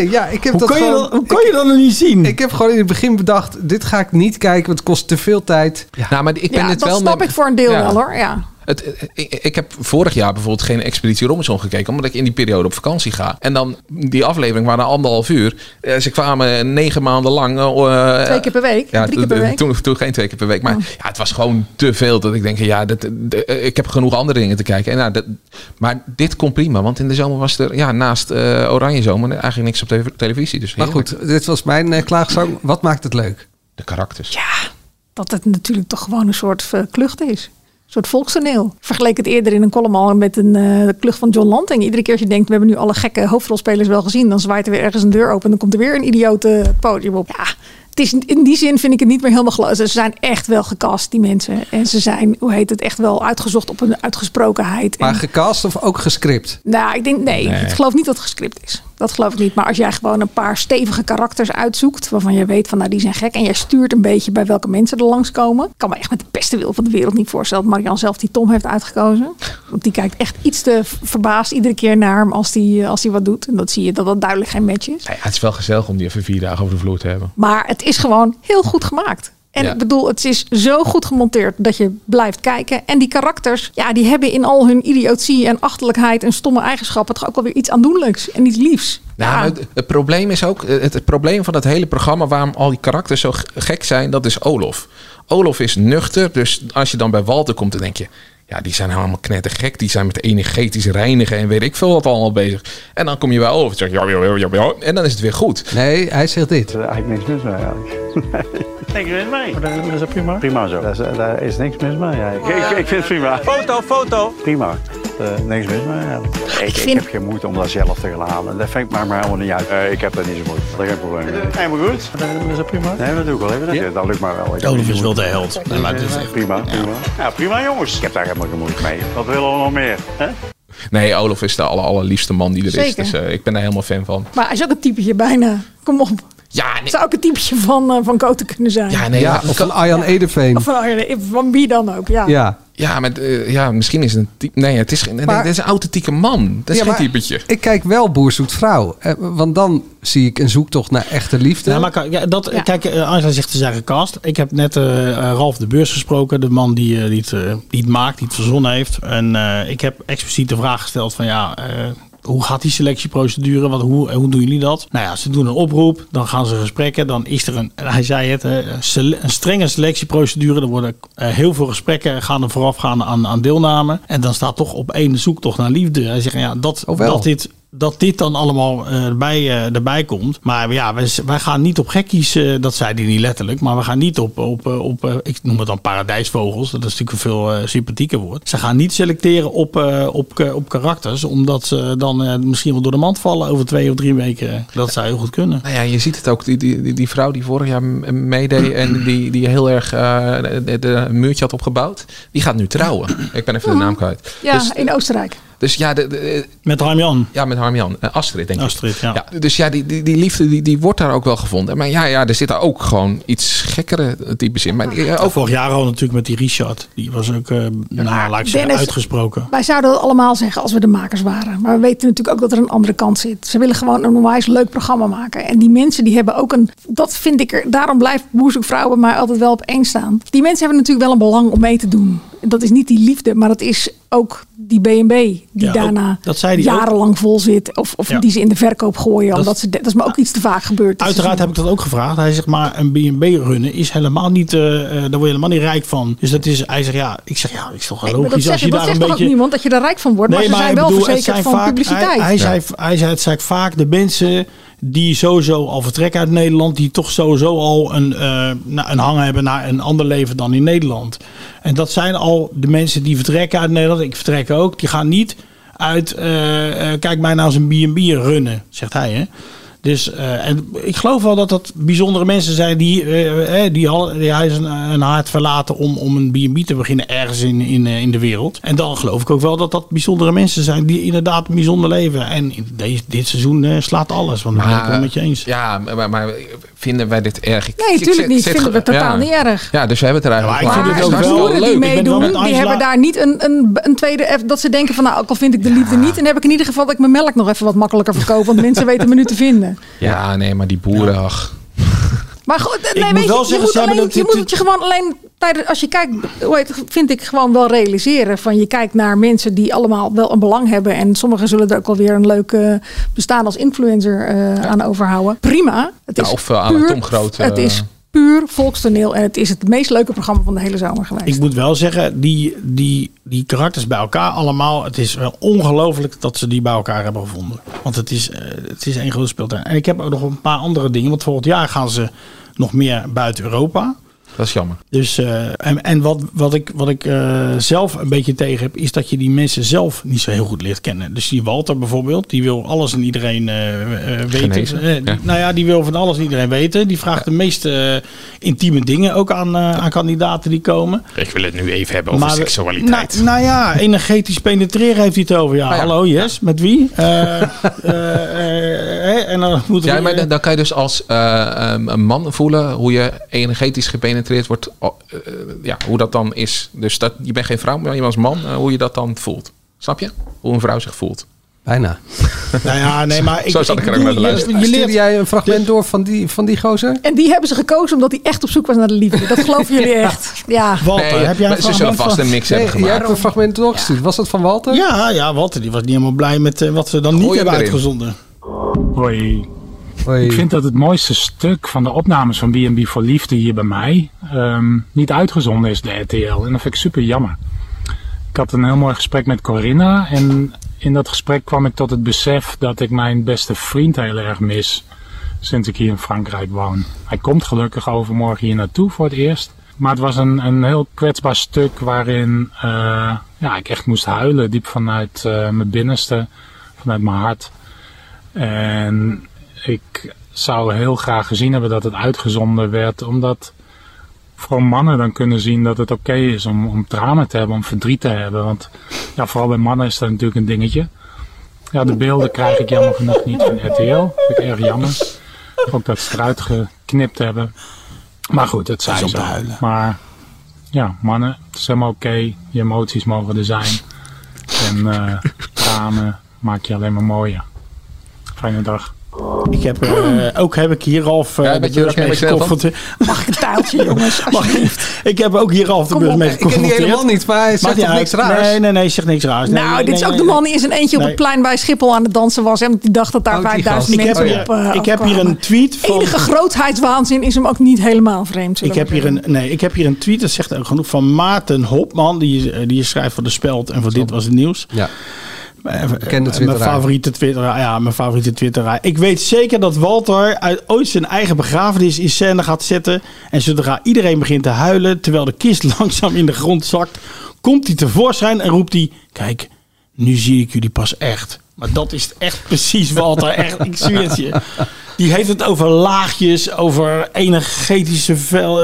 Hoe kan je dat nog niet zien? Ik heb gewoon in het begin bedacht, dit ga ik niet kijken, want het kost te veel tijd. Nou, maar ik ben het wel... Dat snap ik voor een deel wel hoor, ja. Ik heb vorig jaar bijvoorbeeld geen Expeditie Robinson gekeken, omdat ik in die periode op vakantie ga. En dan, die aflevering waren 1,5 uur. Ze kwamen 9 maanden lang. 2 keer per week? Ja, 3 keer per week? Toen geen 2 keer per week. Maar het was gewoon te veel dat ik denk, ik heb genoeg andere dingen te kijken. En maar dit komt prima, want in de zomer was er naast Oranje Zomer eigenlijk niks op televisie. Dus maar goed, dit was mijn klaagzang. Wat maakt het leuk? De karakters. Ja, dat het natuurlijk toch gewoon een soort klucht is. Een soort volkstoneel. Ik vergeleek het eerder in een column al met een klucht van John Lanting. Iedere keer als je denkt, we hebben nu alle gekke hoofdrolspelers wel gezien, dan zwaait er weer ergens een deur open en dan komt er weer een idiote podium op. Ja, het is, in die zin vind ik het niet meer helemaal geloos. Ze zijn echt wel gecast, die mensen. En ze zijn, echt wel uitgezocht op een uitgesprokenheid. Maar gecast of ook gescript? Nou, ik denk, nee. Ik geloof niet dat het gescript is. Dat geloof ik niet. Maar als jij gewoon een paar stevige karakters uitzoekt, waarvan je weet van, die zijn gek, en jij stuurt een beetje bij welke mensen er langskomen. Ik kan me echt met de beste wil van de wereld niet voorstellen dat Marianne zelf die Tom heeft uitgekozen. Want die kijkt echt iets te verbaasd iedere keer naar hem als hij wat doet. En dat zie je dat dat duidelijk geen match is. Ja, het is wel gezellig om die even 4 dagen over de vloer te hebben. Maar het is gewoon heel goed gemaakt. En ik bedoel, het is zo goed gemonteerd dat je blijft kijken. En die karakters, die hebben in al hun idiotie en achterlijkheid en stomme eigenschappen toch ook wel weer iets aandoenlijks en iets liefs. Nou, het probleem is ook, het probleem van het hele programma, waarom al die karakters zo gek zijn, dat is Olof. Olof is nuchter, dus als je dan bij Walter komt, dan denk je, ja, die zijn allemaal knettergek. Die zijn met energetisch reinigen en weet ik veel wat allemaal bezig. En dan kom je bij Olof en zeg je, en dan is het weer goed. Nee, hij zegt dit. Er is eigenlijk niks mis mee eigenlijk. Niks mis mee. Dat is prima. Prima zo. Daar is niks mis mee. Ja. Ik vind het prima. Foto. Prima. Niks mis mee eigenlijk. Ik heb geen moeite om dat zelf te gaan halen. Dat vind ik maar helemaal niet uit. Ik heb dat niet zo moeite. Dat is geen probleem. Helemaal goed. Dat is prima. Nee, dat doe ik wel even. Ja? Dat lukt maar wel. Olof is wel de held. Prima. Ja, prima jongens. Ik heb daar helemaal geen moeite mee. Wat willen we nog meer? Hè? Nee, Olof is de allerliefste man die er Zeker. is. Dus ik ben daar helemaal fan van. Maar hij is ook een typetje bijna. Kom op. Ja, nee. Zou ook een typetje van Koten kunnen zijn. Ja, nee, of van Arjan Edeveen. Of van wie dan ook, ja. Ja, maar misschien is het een type. Nee, het is een authentieke man. Dat is geen typetje. Ik kijk wel Boer zoekt vrouw. Want dan zie ik een zoektocht naar echte liefde. Ja, maar kijk, Angela zegt te zeggen cast. Ik heb net Ralf de Beurs gesproken. De man die het maakt, die het verzonnen heeft. En ik heb expliciet de vraag gesteld van hoe gaat die selectieprocedure? Hoe doen jullie dat? Nou ja, ze doen een oproep, dan gaan ze gesprekken. Dan is er hij zei het, een strenge selectieprocedure. Er worden heel veel gesprekken gaan er voorafgaan aan deelname. En dan staat toch op één zoektocht naar liefde. Hij zegt dat dit dan allemaal erbij komt. Maar ja, wij gaan niet op gekkies, dat zei hij niet letterlijk, maar we gaan niet op ik noem het dan paradijsvogels, dat is natuurlijk een veel sympathieker woord. Ze gaan niet selecteren op karakters, omdat ze dan misschien wel door de mand vallen over 2 of 3 weken. Dat zou heel goed kunnen. Nou ja, je ziet het ook, die vrouw die vorig jaar meedeed en die heel erg een muurtje had opgebouwd, die gaat nu trouwen. Ik ben even de naam kwijt. Ja, dus, in Oostenrijk. Dus ja, met Harmjan. Ja, met Harmjan. Astrid, denk ik. Astrid, ja. Dus ja, die liefde die wordt daar ook wel gevonden. Maar ja, er zitten ook gewoon iets gekkere types in. Maar ook vorig jaar al natuurlijk met die Richard. Die was ook, laat ik zeggen, uitgesproken. Wij zouden dat allemaal zeggen als we de makers waren. Maar we weten natuurlijk ook dat er een andere kant zit. Ze willen gewoon een onwijs leuk programma maken. En die mensen die hebben ook dat vind ik daarom blijft Boer zoekt vrouw bij mij altijd wel op één staan. Die mensen hebben natuurlijk wel een belang om mee te doen. Dat is niet die liefde, maar dat is ook die B&B die daarna jarenlang vol zit. Of die ze in de verkoop gooien. Dat is me ook iets te vaak gebeurd. Uiteraard heb ik dat ook gevraagd. Hij zegt maar een B&B runnen is helemaal niet, daar word je helemaal niet rijk van. Dus dat is, hij zegt ik zeg is toch logisch als je daar een beetje... ook niemand dat je er rijk van wordt. Maar ze zijn wel verzekerd van publiciteit. Hij zei het zei vaak de mensen die sowieso al vertrekken uit Nederland, die toch sowieso al een hang hebben naar een ander leven dan in Nederland. En dat zijn al de mensen die vertrekken uit Nederland. Ik vertrek ook. Die gaan niet uit, kijk mij nou eens een B&B runnen, zegt hij. Hè? Dus, en ik geloof wel dat dat bijzondere mensen zijn die hij is een hart verlaten om een B&B te beginnen ergens in de wereld. En dan geloof ik ook wel dat dat bijzondere mensen zijn die inderdaad een bijzonder leven. En dit seizoen slaat alles, want dat ben ik wel met je eens. Ja, maar vinden wij dit erg? Nee, natuurlijk niet. Vinden we totaal niet erg. Ja, dus we hebben het er eigenlijk maar van. Maar de boeren die meedoen, die hebben daar niet een tweede... Dat ze denken van, ook al vind ik de liefde niet, dan heb ik in ieder geval dat ik mijn melk nog even wat makkelijker verkoop. Want mensen weten me nu te vinden. Ja, nee, maar die boeren, ach. Maar goed, je moet het je gewoon alleen Als je kijkt, vind ik gewoon wel realiseren van je kijkt naar mensen die allemaal wel een belang hebben en sommigen zullen er ook wel weer een leuk bestaan als influencer aan overhouden. Prima. Het is of aan Tom Groot. Het is puur volkstoneel en het is het meest leuke programma van de hele zomer geweest. Ik moet wel zeggen, die karakters bij elkaar allemaal, het is wel ongelooflijk dat ze die bij elkaar hebben gevonden. Want het is één grote speeltuin. En ik heb ook nog een paar andere dingen, want volgend jaar gaan ze nog meer buiten Europa. Dat is jammer. Dus, en wat ik zelf een beetje tegen heb, is dat je die mensen zelf niet zo heel goed leert kennen. Dus die Walter bijvoorbeeld, die wil alles en iedereen weten. Die wil van alles en iedereen weten. Die vraagt de meest intieme dingen ook aan kandidaten die komen. Ik wil het nu even hebben over seksualiteit. Energetisch penetreren heeft hij het over. Ja, hallo, yes. Met wie? En dan maar dan kan je dus als een man voelen hoe je energetisch gepenetreerd wordt, hoe dat dan is. Dus je bent geen vrouw, maar je bent als man, hoe je dat dan voelt. Snap je? Hoe een vrouw zich voelt. Bijna. Maar zo zat ik er ook naar te luisteren. Stuurde jij een fragment door van die gozer? En die hebben ze gekozen omdat hij echt op zoek was naar de liefde. Dat geloven jullie echt. Ja. Walter, heb jij een ze zullen vast een mix hebben gemaakt. Jij hebt een fragment doorgestuurd. Was dat van Walter? Ja, Walter die was niet helemaal blij met wat ze dan niet hebben uitgezonden. Hoi. Ik vind dat het mooiste stuk van de opnames van B&B voor Liefde hier bij mij niet uitgezonden is, de RTL. En dat vind ik super jammer. Ik had een heel mooi gesprek met Corinna. En in dat gesprek kwam ik tot het besef dat ik mijn beste vriend heel erg mis sinds ik hier in Frankrijk woon. Hij komt gelukkig overmorgen hier naartoe voor het eerst. Maar het was een heel kwetsbaar stuk waarin ik echt moest huilen. Diep vanuit mijn binnenste, vanuit mijn hart. En ik zou heel graag gezien hebben dat het uitgezonden werd, omdat vooral mannen dan kunnen zien dat het oké is om tranen te hebben, om verdriet te hebben. Want vooral bij mannen is dat natuurlijk een dingetje. Ja, de beelden krijg ik jammer genoeg niet van RTL. Vind ik erg jammer. Ook dat ze het eruit geknipt hebben. Maar goed, het zijn zo. Maar ja, mannen, het is helemaal oké. Je emoties mogen er zijn. En tranen maak je alleen maar mooier. Fijne dag. Ik heb hier Ralf de beurs mee geconfronteerd. Mag ik een taaltje, jongens? Ik heb ook hier Ralf de beurs mee geconfronteerd. Ik ken die helemaal niet, maar hij zegt toch niks raars? Nee, zegt niks raars. Dit is ook de man die in zijn eentje op het plein bij Schiphol aan het dansen was. En die dacht dat daar 5000 mensen op Ik heb hier een tweet van... Enige grootheidswaanzin is hem ook niet helemaal vreemd. Ik heb hier een tweet, dat zegt ook genoeg, van Maarten Hopman. Die schrijft voor De Speld en voor Dit Was Het Nieuws. Ja. Mijn favoriete twitteraar. Ik weet zeker dat Walter ooit zijn eigen begrafenis in scène gaat zetten. En zodra iedereen begint te huilen, terwijl de kist langzaam in de grond zakt, komt hij tevoorschijn en roept hij: kijk, nu zie ik jullie pas echt. Maar dat is echt precies Walter. Echt, ik zweer het je. Die heeft het over laagjes, over energetische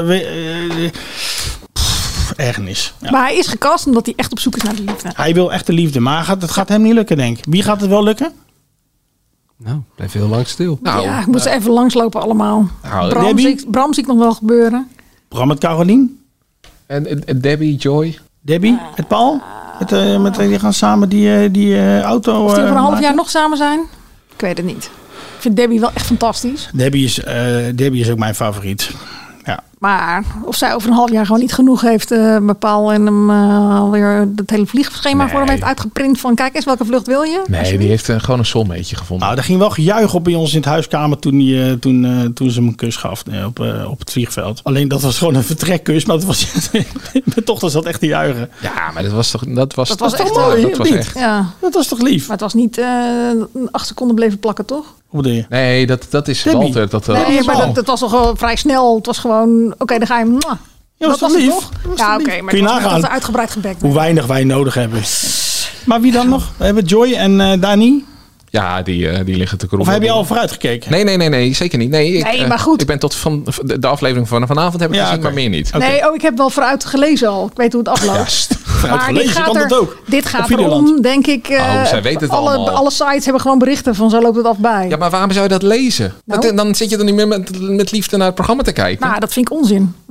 ergernis. Ja. Maar hij is gecast omdat hij echt op zoek is naar de liefde. Hij wil echt de liefde, maar het gaat hem niet lukken, denk ik. Wie gaat het wel lukken? Nou, blijf heel lang stil. Ik moet ze even langslopen allemaal. Bram zie ik nog wel gebeuren. Bram met Carolien. En Debbie, Joy. Debbie, met Paul. Die gaan samen die auto Of die over een half jaar nog samen zijn? Ik weet het niet. Ik vind Debbie wel echt fantastisch. Debbie is ook mijn favoriet. Ja. Maar of zij over een half jaar gewoon niet genoeg heeft met Paul en hem alweer het hele vliegschema voor hem heeft uitgeprint van kijk eens welke vlucht wil je? Nee, die heeft gewoon een soulmateje gevonden. Nou, daar ging wel gejuich op bij ons in het huiskamer toen ze hem een kus gaf op het vliegveld. Alleen dat was gewoon een vertrekkus, maar mijn dochter zat echt te juichen. Ja, maar dat was toch echt mooi. Dat was echt. Ja. Dat was toch lief? Maar het was niet 8 seconden bleven plakken, toch? Hoe bedoel je? Nee, dat is Debbie. Walter. Maar dat was toch wel vrij snel. Het was gewoon, oké, dan ga je... Ja, dat was lief. Ja, oké, maar kun je het was nagaan uitgebreid gebekt. hoe weinig wij nodig hebben. Maar wie dan nog? We hebben Joy en Dani. Ja, die liggen te kroppen. Of heb je al vooruit gekeken? Nee, zeker niet. Nee, maar goed. Ik ben tot van de aflevering van vanavond heb ik gezien, maar meer niet. Nee, ik heb wel vooruit gelezen al. Ik weet hoe het afloopt. Maar dit gaat erom, denk ik. Zij weet het allemaal. Alle sites hebben gewoon berichten van zo loopt het af bij. Ja, maar waarom zou je dat lezen? Dan zit je er niet meer met liefde naar het programma te kijken. Nou, dat vind ik onzin.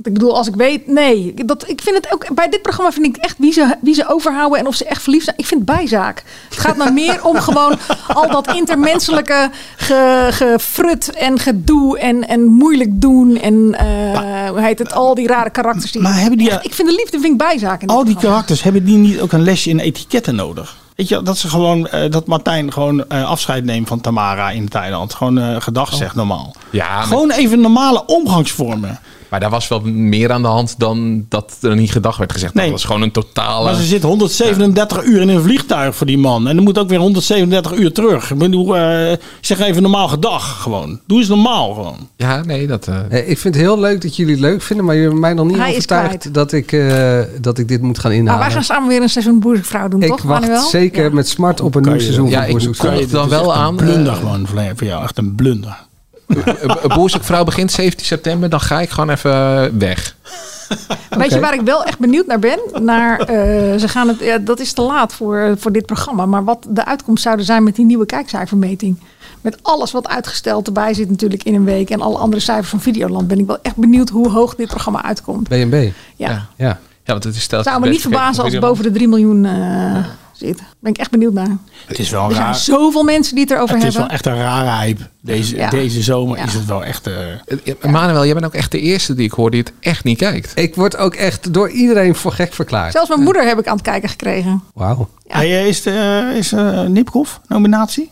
Want ik bedoel, als ik weet... Nee, ik vind het ook... Bij dit programma vind ik echt wie ze overhouden... en of ze echt verliefd zijn. Ik vind het bijzaak. Het gaat maar meer om gewoon al dat intermenselijke gefrut en gedoe en moeilijk doen. En hoe heet het? Al die rare karakters. Maar hebben die... ik vind de liefde vind ik bijzaak. Al die karakters, hebben die niet ook een lesje in etiketten nodig? Weet je, dat ze gewoon dat Martijn gewoon afscheid neemt van Tamara in Thailand. Gewoon gedag zegt normaal. Ja, gewoon even normale omgangsvormen. Maar daar was wel meer aan de hand dan dat er niet gedag werd gezegd. Nee. Dat was gewoon een totale... Maar ze zit 137 uur in een vliegtuig voor die man. En dan moet ook weer 137 uur terug. Ik bedoel, zeg even normaal gedag gewoon. Doe eens normaal gewoon. Ja, nee, dat... Ik vind het heel leuk dat jullie het leuk vinden. Maar je hebt mij nog niet overtuigd dat ik dit moet gaan inhalen. Maar wij gaan samen weer een seizoen Boezekvrouw doen, toch? Ik wacht zeker met smart op een nieuw seizoen van Boezekvrouw. Ik kondig dan wel aan. Een blunder gewoon voor jou. Echt een blunder. Boezekvrouw begint 17 september. Dan ga ik gewoon even weg. Weet je waar ik wel echt benieuwd naar ben? Ze gaan het, dat is te laat voor dit programma. Maar wat de uitkomst zouden zijn met die nieuwe kijkcijfermeting. Met alles wat uitgesteld erbij zit natuurlijk in een week. En alle andere cijfers van Videoland. Ben ik wel echt benieuwd hoe hoog dit programma uitkomt. B&B. Ja. Want het is zou me niet verbazen als het boven de 3 miljoen zit. Ben ik echt benieuwd naar. Het is wel er zijn zoveel mensen die het erover hebben. Het is wel echt een rare hype. Deze zomer is het wel echt... Manuel, jij bent ook echt de eerste die ik hoor die het echt niet kijkt. Ik word ook echt door iedereen voor gek verklaard. Zelfs mijn moeder heb ik aan het kijken gekregen. Wauw. Ja. Is Nipkoff nominatie?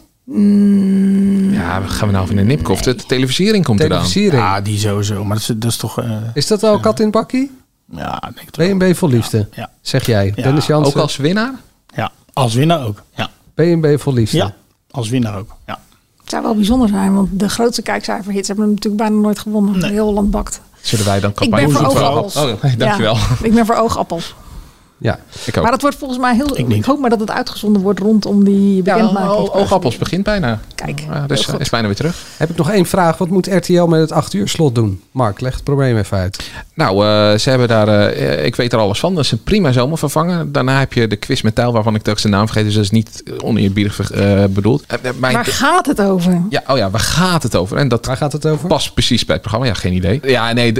Ja, gaan we nou van de Nipkoff? De televisiering komt eraan. Ja, die sowieso. Maar dat is toch... Is dat al kat in het bakkie? Ja, denk ik wel. B&B vol liefde, zeg jij. Ja. Dennis Jansen. Ook als winnaar? Ja, als winnaar ook. Ja. B&B vol liefde. Ja, als winnaar ook. Ja. Het zou wel bijzonder zijn, want de grootste kijkcijferhits hebben we natuurlijk bijna nooit gewonnen. Nee. Heel Holland bakt. Zullen wij dan campagne doen? Ik ben voor oogappels. Dankjewel. Ja, ik ben voor oogappels. Ja, ik ook. Maar dat wordt volgens mij heel... Ik hoop maar dat het uitgezonden wordt rondom die bekendmaking. Oogappels begint bijna. Kijk. Dus is bijna weer terug. Heb ik nog één vraag. Wat moet RTL met het 8 uur slot doen? Mark, leg het probleem even uit. Nou, ze hebben daar... ik weet er alles van. Dat is een prima zomervervanger. Daarna heb je de quiz met Tijl, waarvan ik telkens de naam vergeet. Dus dat is niet oneerbiedig bedoeld. Waar gaat het over? Ja, waar gaat het over? En dat waar gaat het over? Past precies bij het programma. Ja, geen idee. Ja, nee.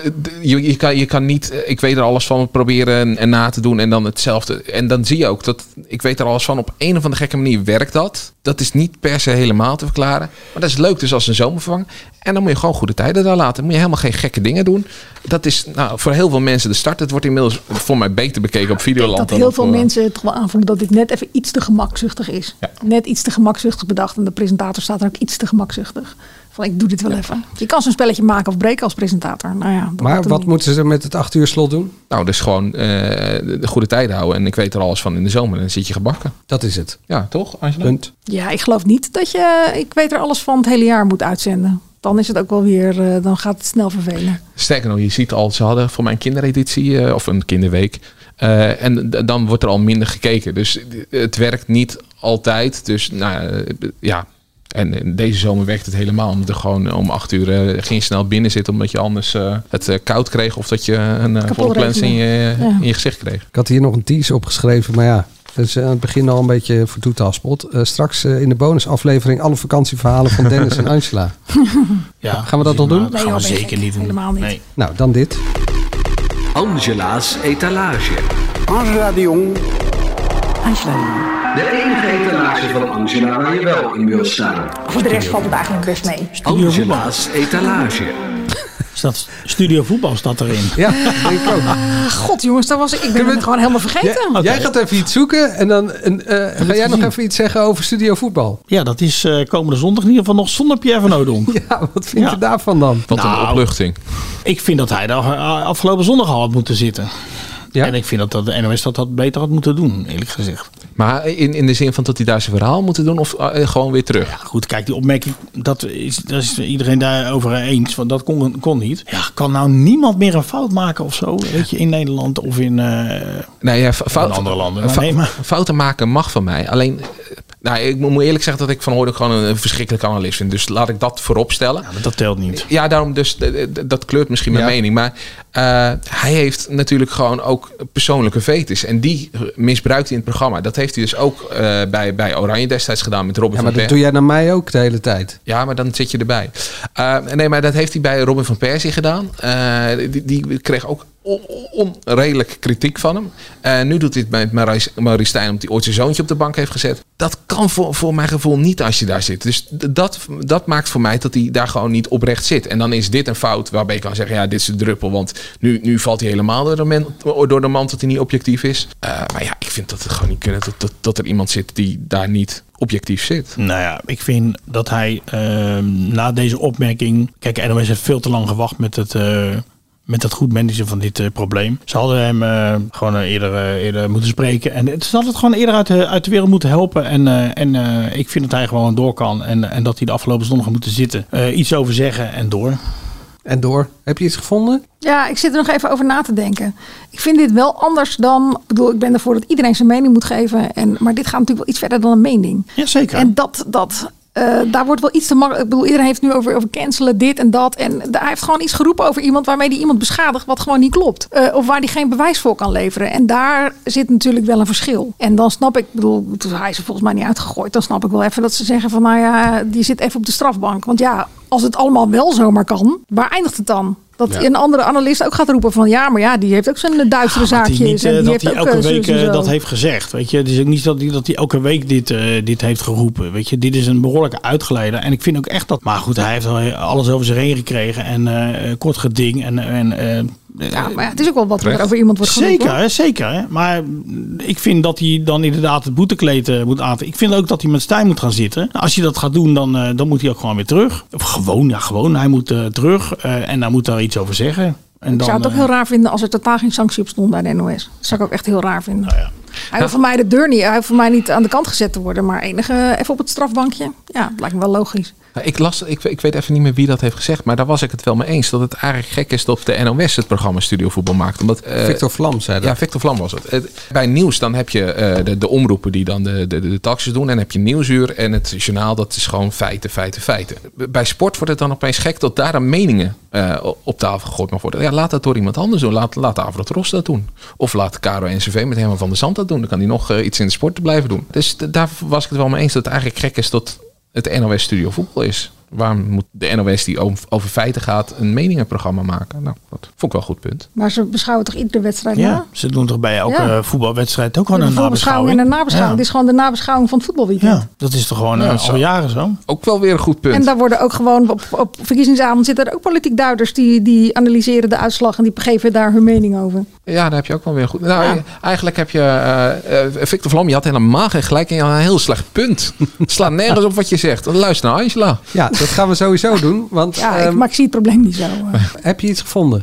Je kan niet... Ik weet er alles van proberen en na te doen en dan hetzelfde. En dan zie je ook dat... Ik weet er alles van. Op een of andere gekke manier werkt dat. Dat is niet per se helemaal te verklaren. Maar dat is leuk dus als een zomervervanger. En dan moet je gewoon goede tijden daar laten. Dan moet je helemaal geen gekke dingen doen. Dat is voor heel veel mensen de start. Het wordt inmiddels voor mij beter bekeken op Videoland. Ik denk dat heel veel mensen toch wel aanvoelen dat dit net even iets te gemakzuchtig is. Ja. Net iets te gemakzuchtig bedacht. En de presentator staat er ook iets te gemakzuchtig. Van ik doe dit wel even. Je kan zo'n spelletje maken of breken als presentator. Nou ja, maar wat moeten ze met het 8 uur slot doen? Nou, dus gewoon de goede tijden houden. En ik weet er alles van in de zomer. En dan zit je gebakken. Dat is het. Ja, toch? Angela? Punt. Ja, ik geloof niet dat je... Ik weet er alles van het hele jaar moet uitzenden. Dan is het ook wel weer... dan gaat het snel vervelen. Sterker nog, je ziet al... Ze hadden voor mijn kindereditie... of een kinderweek... en dan wordt er al minder gekeken. Dus het werkt niet altijd. Dus ja... En deze zomer werkt het helemaal. Omdat er gewoon om 8 uur geen snel binnen zit. Omdat je anders het koud kreeg. Of dat je een volle plens in je gezicht kreeg. Ik had hier nog een tease opgeschreven. Maar ja, dat is aan het begin al een beetje voor toetaalspot. Straks in de bonusaflevering alle vakantieverhalen van Dennis en Angela. Ja, gaan we dat nog doen? Nee, gaan we zeker niet doen. Helemaal niet. Nee. Nou, dan dit. Angela's etalage. Angela de Jong. Angela. De enige etalage van Angela waar je wel in wil staan. Voor de rest valt het eigenlijk best mee. Angela's etalage. Studio voetbal staat erin. Ja, denk ik ook. God jongens, ik ben het gewoon helemaal vergeten. Jij gaat even iets zoeken en dan ga jij nog even iets zeggen over Studio Voetbal. Ja, dat is komende zondag in ieder geval nog zonder Pierre van Hooydonk. Ja, wat vind je daarvan dan? Wat een opluchting. Ik vind dat hij daar afgelopen zondag al had moeten zitten. Ja? En ik vind dat de NOS dat beter had moeten doen, eerlijk gezegd. Maar in de zin van dat hij daar zijn verhaal moeten doen of gewoon weer terug? Ja, goed, kijk, die opmerking, dat is iedereen daarover eens. Want dat kon niet. Ja, kan nou niemand meer een fout maken of zo? Weet je, in Nederland of in andere landen. Fouten maken mag van mij. Alleen Nou, ik moet eerlijk zeggen dat ik Van Hooijdonk gewoon een verschrikkelijke analist vind. Dus laat ik dat voorop stellen. Ja, maar dat telt niet. Ja, daarom dus dat kleurt misschien mijn mening. Maar hij heeft natuurlijk gewoon ook persoonlijke vetes. En die misbruikt hij in het programma. Dat heeft hij dus ook bij Oranje destijds gedaan met Robin van Persie. Maar dat doe jij naar mij ook de hele tijd. Ja, maar dan zit je erbij. Nee, maar dat heeft hij bij Robin van Persie gedaan. Die kreeg ook onredelijk kritiek van hem. Nu doet hij het met Maurice Stijn, omdat hij ooit zijn zoontje op de bank heeft gezet. Dat kan voor mijn gevoel niet als je daar zit. Dus dat maakt voor mij dat hij daar gewoon niet oprecht zit. En dan is dit een fout waarbij je kan zeggen, ja, dit is een druppel. Want nu valt hij helemaal door de mand dat hij niet objectief is. Maar ja, ik vind dat het gewoon niet kunnen dat er iemand zit die daar niet objectief zit. Nou ja, ik vind dat hij na deze opmerking... Kijk, NOS heeft veel te lang gewacht met het goed managen van dit probleem. Ze hadden hem gewoon eerder moeten spreken. En ze hadden het gewoon eerder uit de wereld moeten helpen. En ik vind dat hij gewoon door kan. En dat hij de afgelopen zondag moeten zitten. Iets over zeggen en door. En door. Heb je iets gevonden? Ja, ik zit er nog even over na te denken. Ik vind dit wel anders dan... Ik ben ervoor dat iedereen zijn mening moet geven. Maar dit gaat natuurlijk wel iets verder dan een mening. Ja, zeker. En daar wordt wel iets te makkelijk. Ik bedoel, iedereen heeft nu over cancelen, dit en dat. En hij heeft gewoon iets geroepen over iemand waarmee die iemand beschadigt wat gewoon niet klopt. Of waar die geen bewijs voor kan leveren. En daar zit natuurlijk wel een verschil. En dan snap ik, hij is er volgens mij niet uitgegooid. Dan snap ik wel even dat ze zeggen van, nou ja, die zit even op de strafbank. Want ja, als het allemaal wel zomaar kan, waar eindigt het dan? Dat een andere analist ook gaat roepen van... ja, maar ja, die heeft ook zijn duistere zaakjes. Dat hij elke week dat heeft gezegd. Weet je, het is ook niet dat hij elke week dit heeft geroepen. Weet je, dit is een behoorlijke uitgeleider. En ik vind ook echt dat... Maar goed, hij heeft alles over zich heen gekregen. En kort geding. Ja, maar het is ook wel wat er over iemand wordt geroepen. Zeker. Hè? Maar ik vind dat hij dan inderdaad het boetekleed moet aan. Ik vind ook dat hij met Stijn moet gaan zitten. Als je dat gaat doen, dan moet hij ook gewoon weer terug. Of gewoon. Hij moet terug. En daar moet daar iets over zeggen. En ik zou het ook heel raar vinden als er totaal geen sanctie op stond bij de NOS. Dat zou ik ook echt heel raar vinden. Nou ja. Hij hoeft voor mij de deur niet. Hij hoeft voor mij niet aan de kant gezet te worden. Maar even op het strafbankje. Ja, dat lijkt me wel logisch. Ik weet even niet meer wie dat heeft gezegd, maar daar was ik het wel mee eens. Dat het eigenlijk gek is dat de NOS het programma Studio Voetbal maakt. Omdat, Victor Vlam zei dat. Ja, Victor Vlam was het. Bij nieuws dan heb je de omroepen die dan de talkshows doen. En dan heb je Nieuwsuur en het journaal, dat is gewoon feiten. Bij sport wordt het dan opeens gek dat daar dan meningen op tafel gegooid mag worden. Ja, laat dat door iemand anders doen. Laat Avrot Ros dat doen. Of laat Caro NCV met Herman van der Zand dat doen. Dan kan hij nog iets in de sport blijven doen. Dus daar was ik het wel mee eens dat het eigenlijk gek is dat het NOS Studio Voetbal is. Waarom moet de NOS die over feiten gaat een meningenprogramma maken? Nou, dat vond ik wel een goed punt. Maar ze beschouwen toch iedere wedstrijd na? Ja, ze doen toch bij elke voetbalwedstrijd ook gewoon een nabeschouwing? En een nabeschouwing. Dit is gewoon de nabeschouwing van het voetbalweekend. Ja, dat is toch gewoon al jaren zo? Ook wel weer een goed punt. En daar worden ook gewoon op verkiezingsavond zitten er ook politiek duiders die analyseren de uitslag en die geven daar hun mening over. Ja, daar heb je ook wel weer goed. Nou, eigenlijk heb je Victor Vlam, je had helemaal geen gelijk en je had een heel slecht punt. Het slaat nergens op wat je zegt. Luister naar Angela. Ja, dat gaan we sowieso doen. Want, maar ik zie het probleem niet zo. Heb je iets gevonden?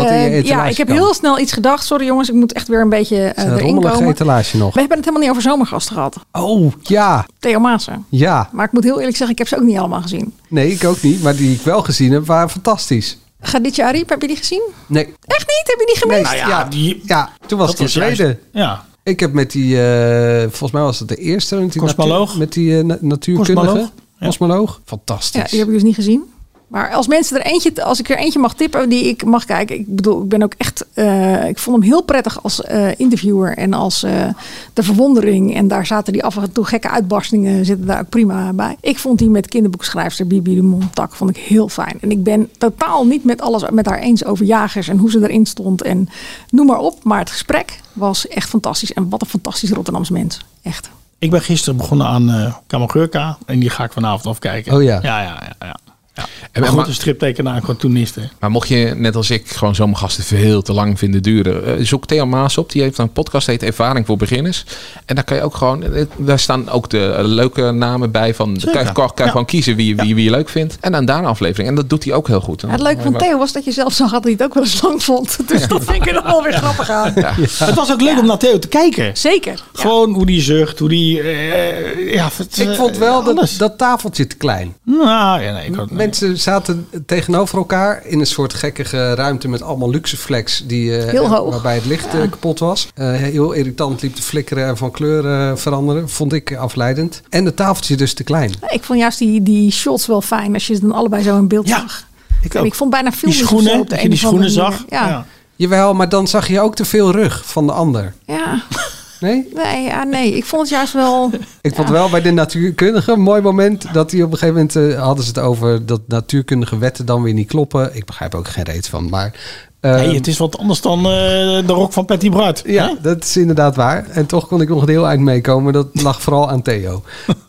Ik heb heel snel iets gedacht. Sorry jongens, ik moet echt weer een beetje erin komen. Etalage nog. We hebben het helemaal niet over zomergasten gehad. Oh, ja. Theo Maassen. Ja. Maar ik moet heel eerlijk zeggen, ik heb ze ook niet allemaal gezien. Nee, ik ook niet. Maar die ik wel gezien heb, waren fantastisch. Khadija Ariep, heb je die gezien? Nee. Echt niet? Heb je die gemist? Nee, toen was het in Zweden. Ja. Ik heb met die, volgens mij was het de eerste. Cosmoloog. Met die natuurkundige. Cosmoloog. Fantastisch. Ja, die heb ik dus niet gezien. Maar als ik er eentje mag tippen die ik mag kijken. Ik bedoel, ik ben ook echt... ik vond hem heel prettig als interviewer en als de verwondering. En daar zaten die af en toe gekke uitbarstingen zitten daar ook prima bij. Ik vond die met kinderboekschrijfster Bibi de Montak vond ik heel fijn. En ik ben totaal niet met alles met haar eens over jagers en hoe ze erin stond. En noem maar op. Maar het gesprek was echt fantastisch. En wat een fantastisch Rotterdams mens. Echt. Ik ben gisteren begonnen aan Kamagurka. En die ga ik vanavond afkijken. Oh ja. Ja. Maar goed, een striptekenaar, cartoonist. Maar mocht je, net als ik, gewoon zomergasten veel te lang vinden duren. Zoek Theo Maas op. Die heeft een podcast, heet Ervaring voor Beginners. En daar kan je ook gewoon... Daar staan ook de leuke namen bij. Kan je gewoon kiezen wie je leuk vindt. En dan daar een aflevering. En dat doet hij ook heel goed. Het leuke van Theo was dat je zelf zag dat hij het ook wel eens lang vond. Dus dat vind ik er nog wel weer grappig aan. Ja. Het was ook leuk om naar Theo te kijken. Zeker. Gewoon hoe die zucht, hoe die... ik vond wel dat tafeltje te klein. Nou, ja, nee, mensen zaten tegenover elkaar in een soort gekkige ruimte met allemaal luxeflex heel hoog. Waarbij het licht kapot was. Heel irritant liep te flikkeren en van kleur veranderen. Vond ik afleidend. En het tafeltje dus te klein. Ik vond juist die shots wel fijn als je ze dan allebei zo in beeld zag. Ik vond bijna films die schoenen, dat je die schoenen zag. Ja. Jawel, maar dan zag je ook te veel rug van de ander. Ja. Nee? Nee. Ik vond het juist wel... Ik vond wel bij de natuurkundige een mooi moment... dat die op een gegeven moment hadden ze het over... dat natuurkundige wetten dan weer niet kloppen. Ik begrijp ook geen reet van, maar... nee, het is wat anders dan de rok van Patty Bart. Ja, dat is inderdaad waar. En toch kon ik nog een heel eind meekomen. Dat lag vooral aan Theo.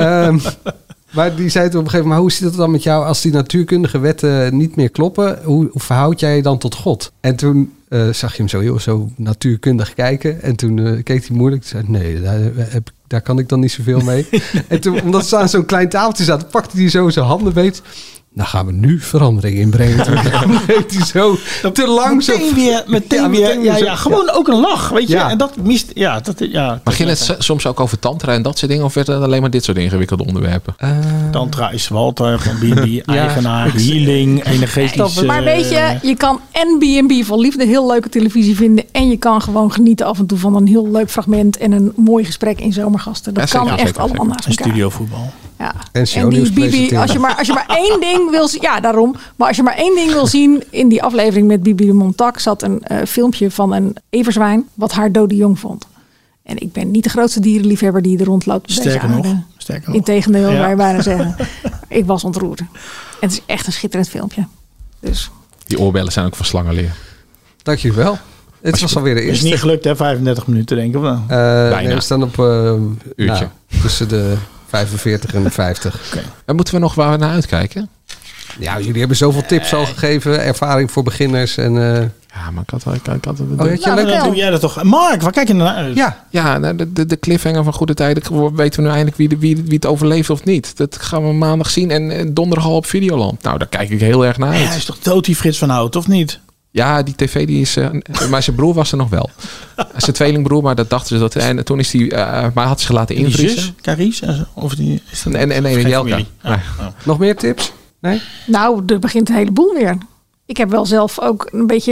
Maar die zei toen op een gegeven moment... maar hoe zit het dan met jou als die natuurkundige wetten niet meer kloppen? Hoe verhoud jij je dan tot God? En toen zag je hem zo natuurkundig kijken. En toen keek hij moeilijk. Toen zei nee, daar kan ik dan niet zoveel mee. En toen, omdat ze aan zo'n klein tafeltje zaten... pakte hij zo zijn handen beet... Nou gaan we nu verandering inbrengen. Toen heeft hij zo te lang meteen weer. Gewoon ook een lach, weet je. Ja. En dat mist... Maar ging het soms ook over tantra en dat soort dingen? Of werd het alleen maar dit soort ingewikkelde onderwerpen? Tantra is Walter van B&B, eigenaar, healing, energetisch... Maar weet je kan en B&B voor liefde heel leuke televisie vinden. En je kan gewoon genieten af en toe van een heel leuk fragment. En een mooi gesprek in Zomergasten. Dat kan echt allemaal naast elkaar. En studiovoetbal. Ja. En die Bibi, als je maar één ding wil zien... Ja, daarom. Maar als je maar één ding wil zien... In die aflevering met Bibi de Montauk... zat een filmpje van een everzwijn... wat haar dode jong vond. En ik ben niet de grootste dierenliefhebber... die er rondloopt. Sterker nog. Integendeel, zou je bijna zeggen. Ik was ontroerd. En het is echt een schitterend filmpje. Dus. Die oorbellen zijn ook van slangenleer. Dank jullie wel. Het was alweer de eerste. Het is niet gelukt, hè? 35 minuten, denk ik. Of bijna. Nee, we staan op uurtje. Tussen de 45 en de 50. Okay. En moeten we nog waar we naar uitkijken? Ja, jullie hebben zoveel tips al gegeven. Ervaring voor beginners. En, ja, maar ik had het... dan doe jij dat toch. Mark, waar kijk je naar uit? Ja, de cliffhanger van Goede Tijden. Weten we nu eindelijk wie het overleeft of niet? Dat gaan we maandag zien. En donderdag al op Videoland. Nou, daar kijk ik heel erg naar uit. Ja, hij is toch dood, die Frits van Hout, of niet? Ja, die tv die is... maar zijn broer was er nog wel. Zijn tweelingbroer, maar dat dachten ze dat... En toen is hij... maar had ze laten invriezen. Carice? Of die... En Jelka. Ja. Nog meer tips? Nee? Nou, er begint een heleboel weer. Ik heb wel zelf ook een beetje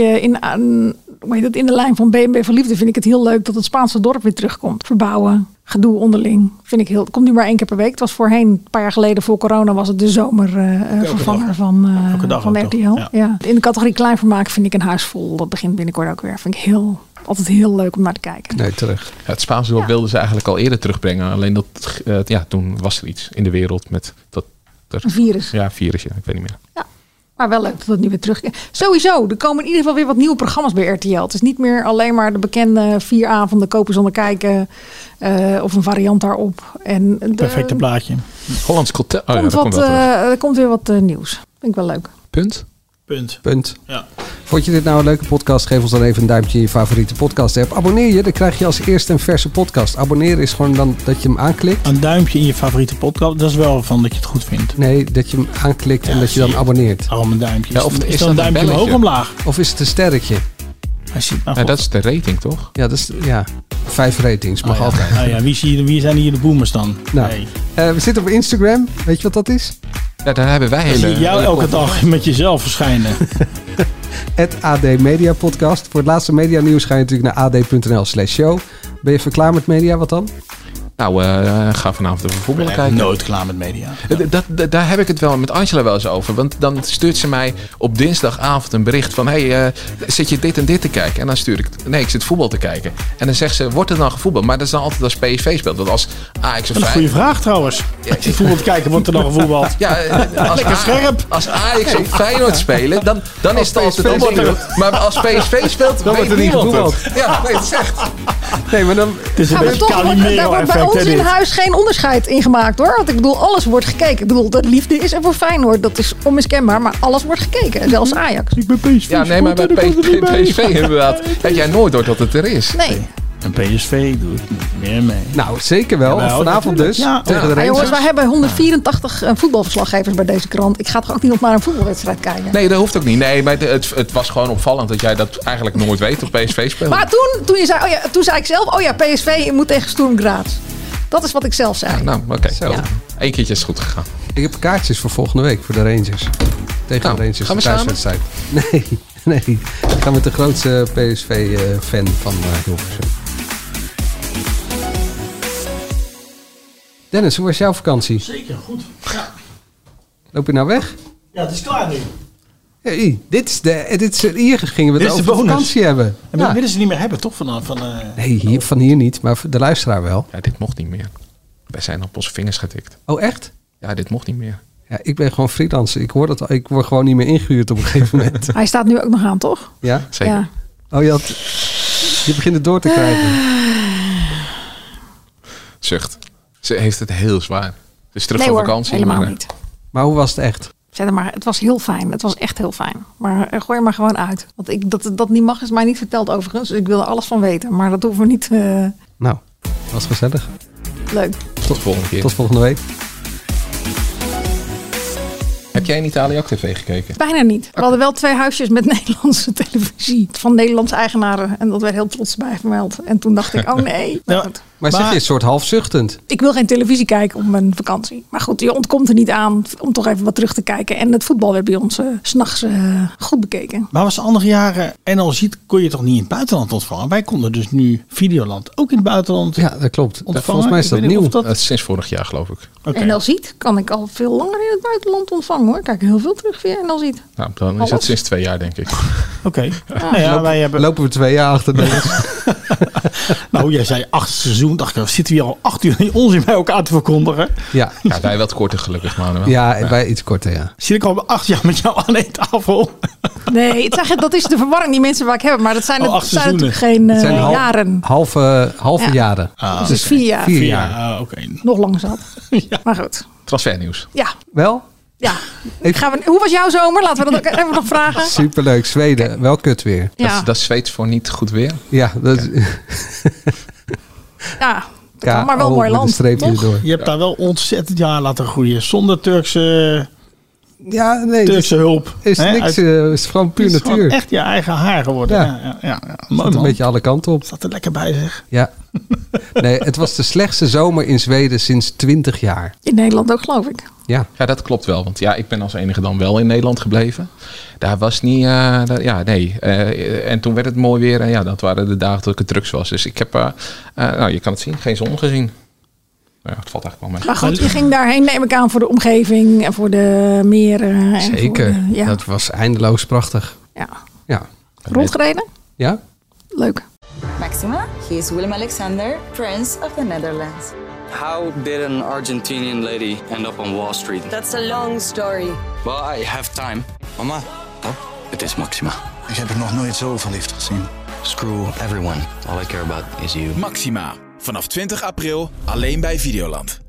in de lijn van B&B voor Liefde... vind ik het heel leuk dat het Spaanse dorp weer terugkomt. Verbouwen, gedoe onderling. Vind ik het komt nu maar 1 keer per week. Het was voorheen, een paar jaar geleden voor corona... was het de zomervervanger van RTL. Ja. In de categorie kleinvermaak vind ik een huis vol. Dat begint binnenkort ook weer. Vind ik altijd heel leuk om naar te kijken. Nee, terug. Ja, het Spaanse dorp wilden ze eigenlijk al eerder terugbrengen. Alleen dat, toen was er iets in de wereld met dat... Een virus. Ja, virus, ik weet niet meer. Ja. Maar wel leuk dat het nu weer terug. Sowieso, er komen in ieder geval weer wat nieuwe programma's bij RTL. Het is niet meer alleen maar de bekende 4 avonden kopen zonder kijken. Of een variant daarop. En perfecte plaatje. Hollands Got er komt weer wat nieuws. Vind ik wel leuk. Punt. Ja. Vond je dit nou een leuke podcast? Geef ons dan even een duimpje in je favoriete podcast app. Abonneer je, dan krijg je als eerste een verse podcast. Abonneren is gewoon dan dat je hem aanklikt. Een duimpje in je favoriete podcast, dat is wel van dat je het goed vindt. Nee, dat je hem aanklikt en dat je dan abonneert. Oh, een duimpje. Ja, of is dat een duimpje omhoog of omlaag? Of is het een sterretje? Dat is de rating, toch? Ja, dat is 5 ratings, mag altijd. Wie zijn hier de boomers dan? Nou, we zitten op Instagram. Weet je wat dat is? Ja, daar hebben wij zie ik jou elke dag met jezelf verschijnen. @AD Media Podcast. Voor het laatste media nieuws ga je natuurlijk naar ad.nl/show. Ben je even klaar met media? Wat dan? Nou, ga vanavond even voetbal kijken. Nooit klaar met media. Daar heb ik het wel met Angela wel eens over. Want dan stuurt ze mij op dinsdagavond een bericht van... zit je dit en dit te kijken? En dan stuur ik... Nee, ik zit voetbal te kijken. En dan zegt ze, wordt er dan gevoetbald? Maar dat is dan altijd als PSV speelt. Want als Ajax of een goede vraag trouwens. Als je voetbal te kijken, wordt er dan gevoetbald? Ja, lekker scherp. Als Ajax of Feyenoord spelen, dan is het altijd onzin. Maar als PSV speelt, dan wordt er niet gevoetbald. Ja, nee, het is echt... Nee, maar dan... Het is een beetje Calimero-effect. Ons in huis geen onderscheid in gemaakt hoor. Want ik bedoel, alles wordt gekeken. Ik bedoel, de liefde is er voor Feyenoord. Dat is onmiskenbaar, maar alles wordt gekeken. Zelfs Ajax. Ik ben PSV. Ja, nee, maar bij PSV inderdaad. Heb jij nooit door dat het er is. Nee. En PSV doet meer mee. Nou, zeker wel. Vanavond dus. Ja, tegen de Rangers. Jongens, wij hebben 184 voetbalverslaggevers bij deze krant. Ik ga toch ook niet nog naar een voetbalwedstrijd kijken? Nee, dat hoeft ook niet. Nee, maar het was gewoon opvallend dat jij dat eigenlijk nooit weet op PSV speelt. Maar toen zei ik zelf, PSV moet tegen Sturm Graz. Dat is wat ik zelf zei. Ja, nou, oké. Ja. 1 keertje is goed gegaan. Ik heb kaartjes voor volgende week voor de Rangers. Tegen de Rangers. Gaan we thuiswedstrijd. Nee. Ik ga met de grootste PSV-fan van Hilversum. Dennis, hoe was jouw vakantie? Zeker, goed. Ja. Loop je nou weg? Ja, het is klaar nu. Hey, hier gingen we het over vakantie hebben. En dat willen ze niet meer hebben, toch? Nee, van hier niet, maar de luisteraar wel. Ja, dit mocht niet meer. Wij zijn op onze vingers getikt. Oh, echt? Ja, dit mocht niet meer. Ja, ik ben gewoon freelancer. Ik word gewoon niet meer ingehuurd op een gegeven moment. Hij staat nu ook nog aan, toch? Ja? Zeker. Ja. Oh, je begint het door te krijgen. Zucht. Ze heeft het heel zwaar. Ze is terug van vakantie. Helemaal niet. Maar hoe was het echt? Het was heel fijn. Het was echt heel fijn. Maar gooi er maar gewoon uit. Want dat niet mag is mij niet verteld overigens. Dus ik wil er alles van weten. Maar dat hoeven we niet... Nou, was gezellig. Leuk. Tot volgende keer. Tot volgende week. Heb jij in Italië ook tv gekeken? Bijna niet. We hadden wel 2 huisjes met Nederlandse televisie. Van Nederlandse eigenaren. En dat werd heel trots bij vermeld. En toen dacht ik, oh nee. Maar zeg je een soort half zuchtend? Ik wil geen televisie kijken op mijn vakantie. Maar goed, je ontkomt er niet aan om toch even wat terug te kijken. En het voetbal werd bij ons 's nachts goed bekeken. Maar was de andere jaren NL Ziet kon je toch niet in het buitenland ontvangen? Wij konden dus nu Videoland ook in het buitenland Ja, dat klopt. ontvangen. Volgens mij is dat nieuw. Dat is sinds vorig jaar, geloof ik. Okay. NL Ziet kan ik al veel langer in het buitenland ontvangen hoor. Ik kijk heel veel terug via NL Ziet. Nou, dan is het sinds 2 jaar, denk ik. Oké. Wij hebben... Lopen we 2 jaar achter Dennis. Nou, jij zei 8 seizoen. Dacht ik, zitten we hier al 8 uur in onzin bij elkaar te verkondigen? Ja. Ja, wij wat korter gelukkig, maar. Ja, wij iets korter, ja. Zit ik al 8 jaar met jou aan één tafel? Nee, dat is de verwarring die mensen vaak hebben. Maar dat zijn, zijn natuurlijk geen jaren. Halve jaren. Dus 4 jaar. 4 jaar. Oké. Nog lang zat. Ja. Maar goed. Transfernieuws. Ja. Wel? Ja. Hoe was jouw zomer? Laten we dat ook even nog vragen. Superleuk. Zweden. Okay. Wel kut weer. Ja. Dat is Zweeds voor niet goed weer? Ja. Dat is... Ja. Dat kan maar wel een mooi land. Door. Je hebt daar wel ontzettend laten groeien. Zonder Turkse hulp. Is niks. Het is gewoon puur natuur. Het is echt je eigen haar geworden. Ja. Mooi, een beetje alle kanten op. Zat er lekker bij, zeg. Ja. Nee, het was de slechtste zomer in Zweden sinds 20 jaar. In Nederland ook, geloof ik. Ja, dat klopt wel. Want ik ben als enige dan wel in Nederland gebleven. Daar was niet... en toen werd het mooi weer. En dat waren de dagen dat ik het drugs was. Dus ik heb... je kan het zien. Geen zon gezien. Ja, het valt eigenlijk wel mee. Maar goed, je ging daarheen, neem ik aan, voor de omgeving en voor de meren. Zeker. Dat was eindeloos prachtig. Ja. Rondgereden? Ja. Leuk. Maxima, he is Willem Alexander, Prince of the Netherlands. How did an Argentinian lady end up on Wall Street? That's a long story. Well, I have time. Mama, het is Maxima. Ik heb er nog nooit zo verliefd gezien. Screw everyone. All I care about is you. Maxima. Vanaf 20 april alleen bij Videoland.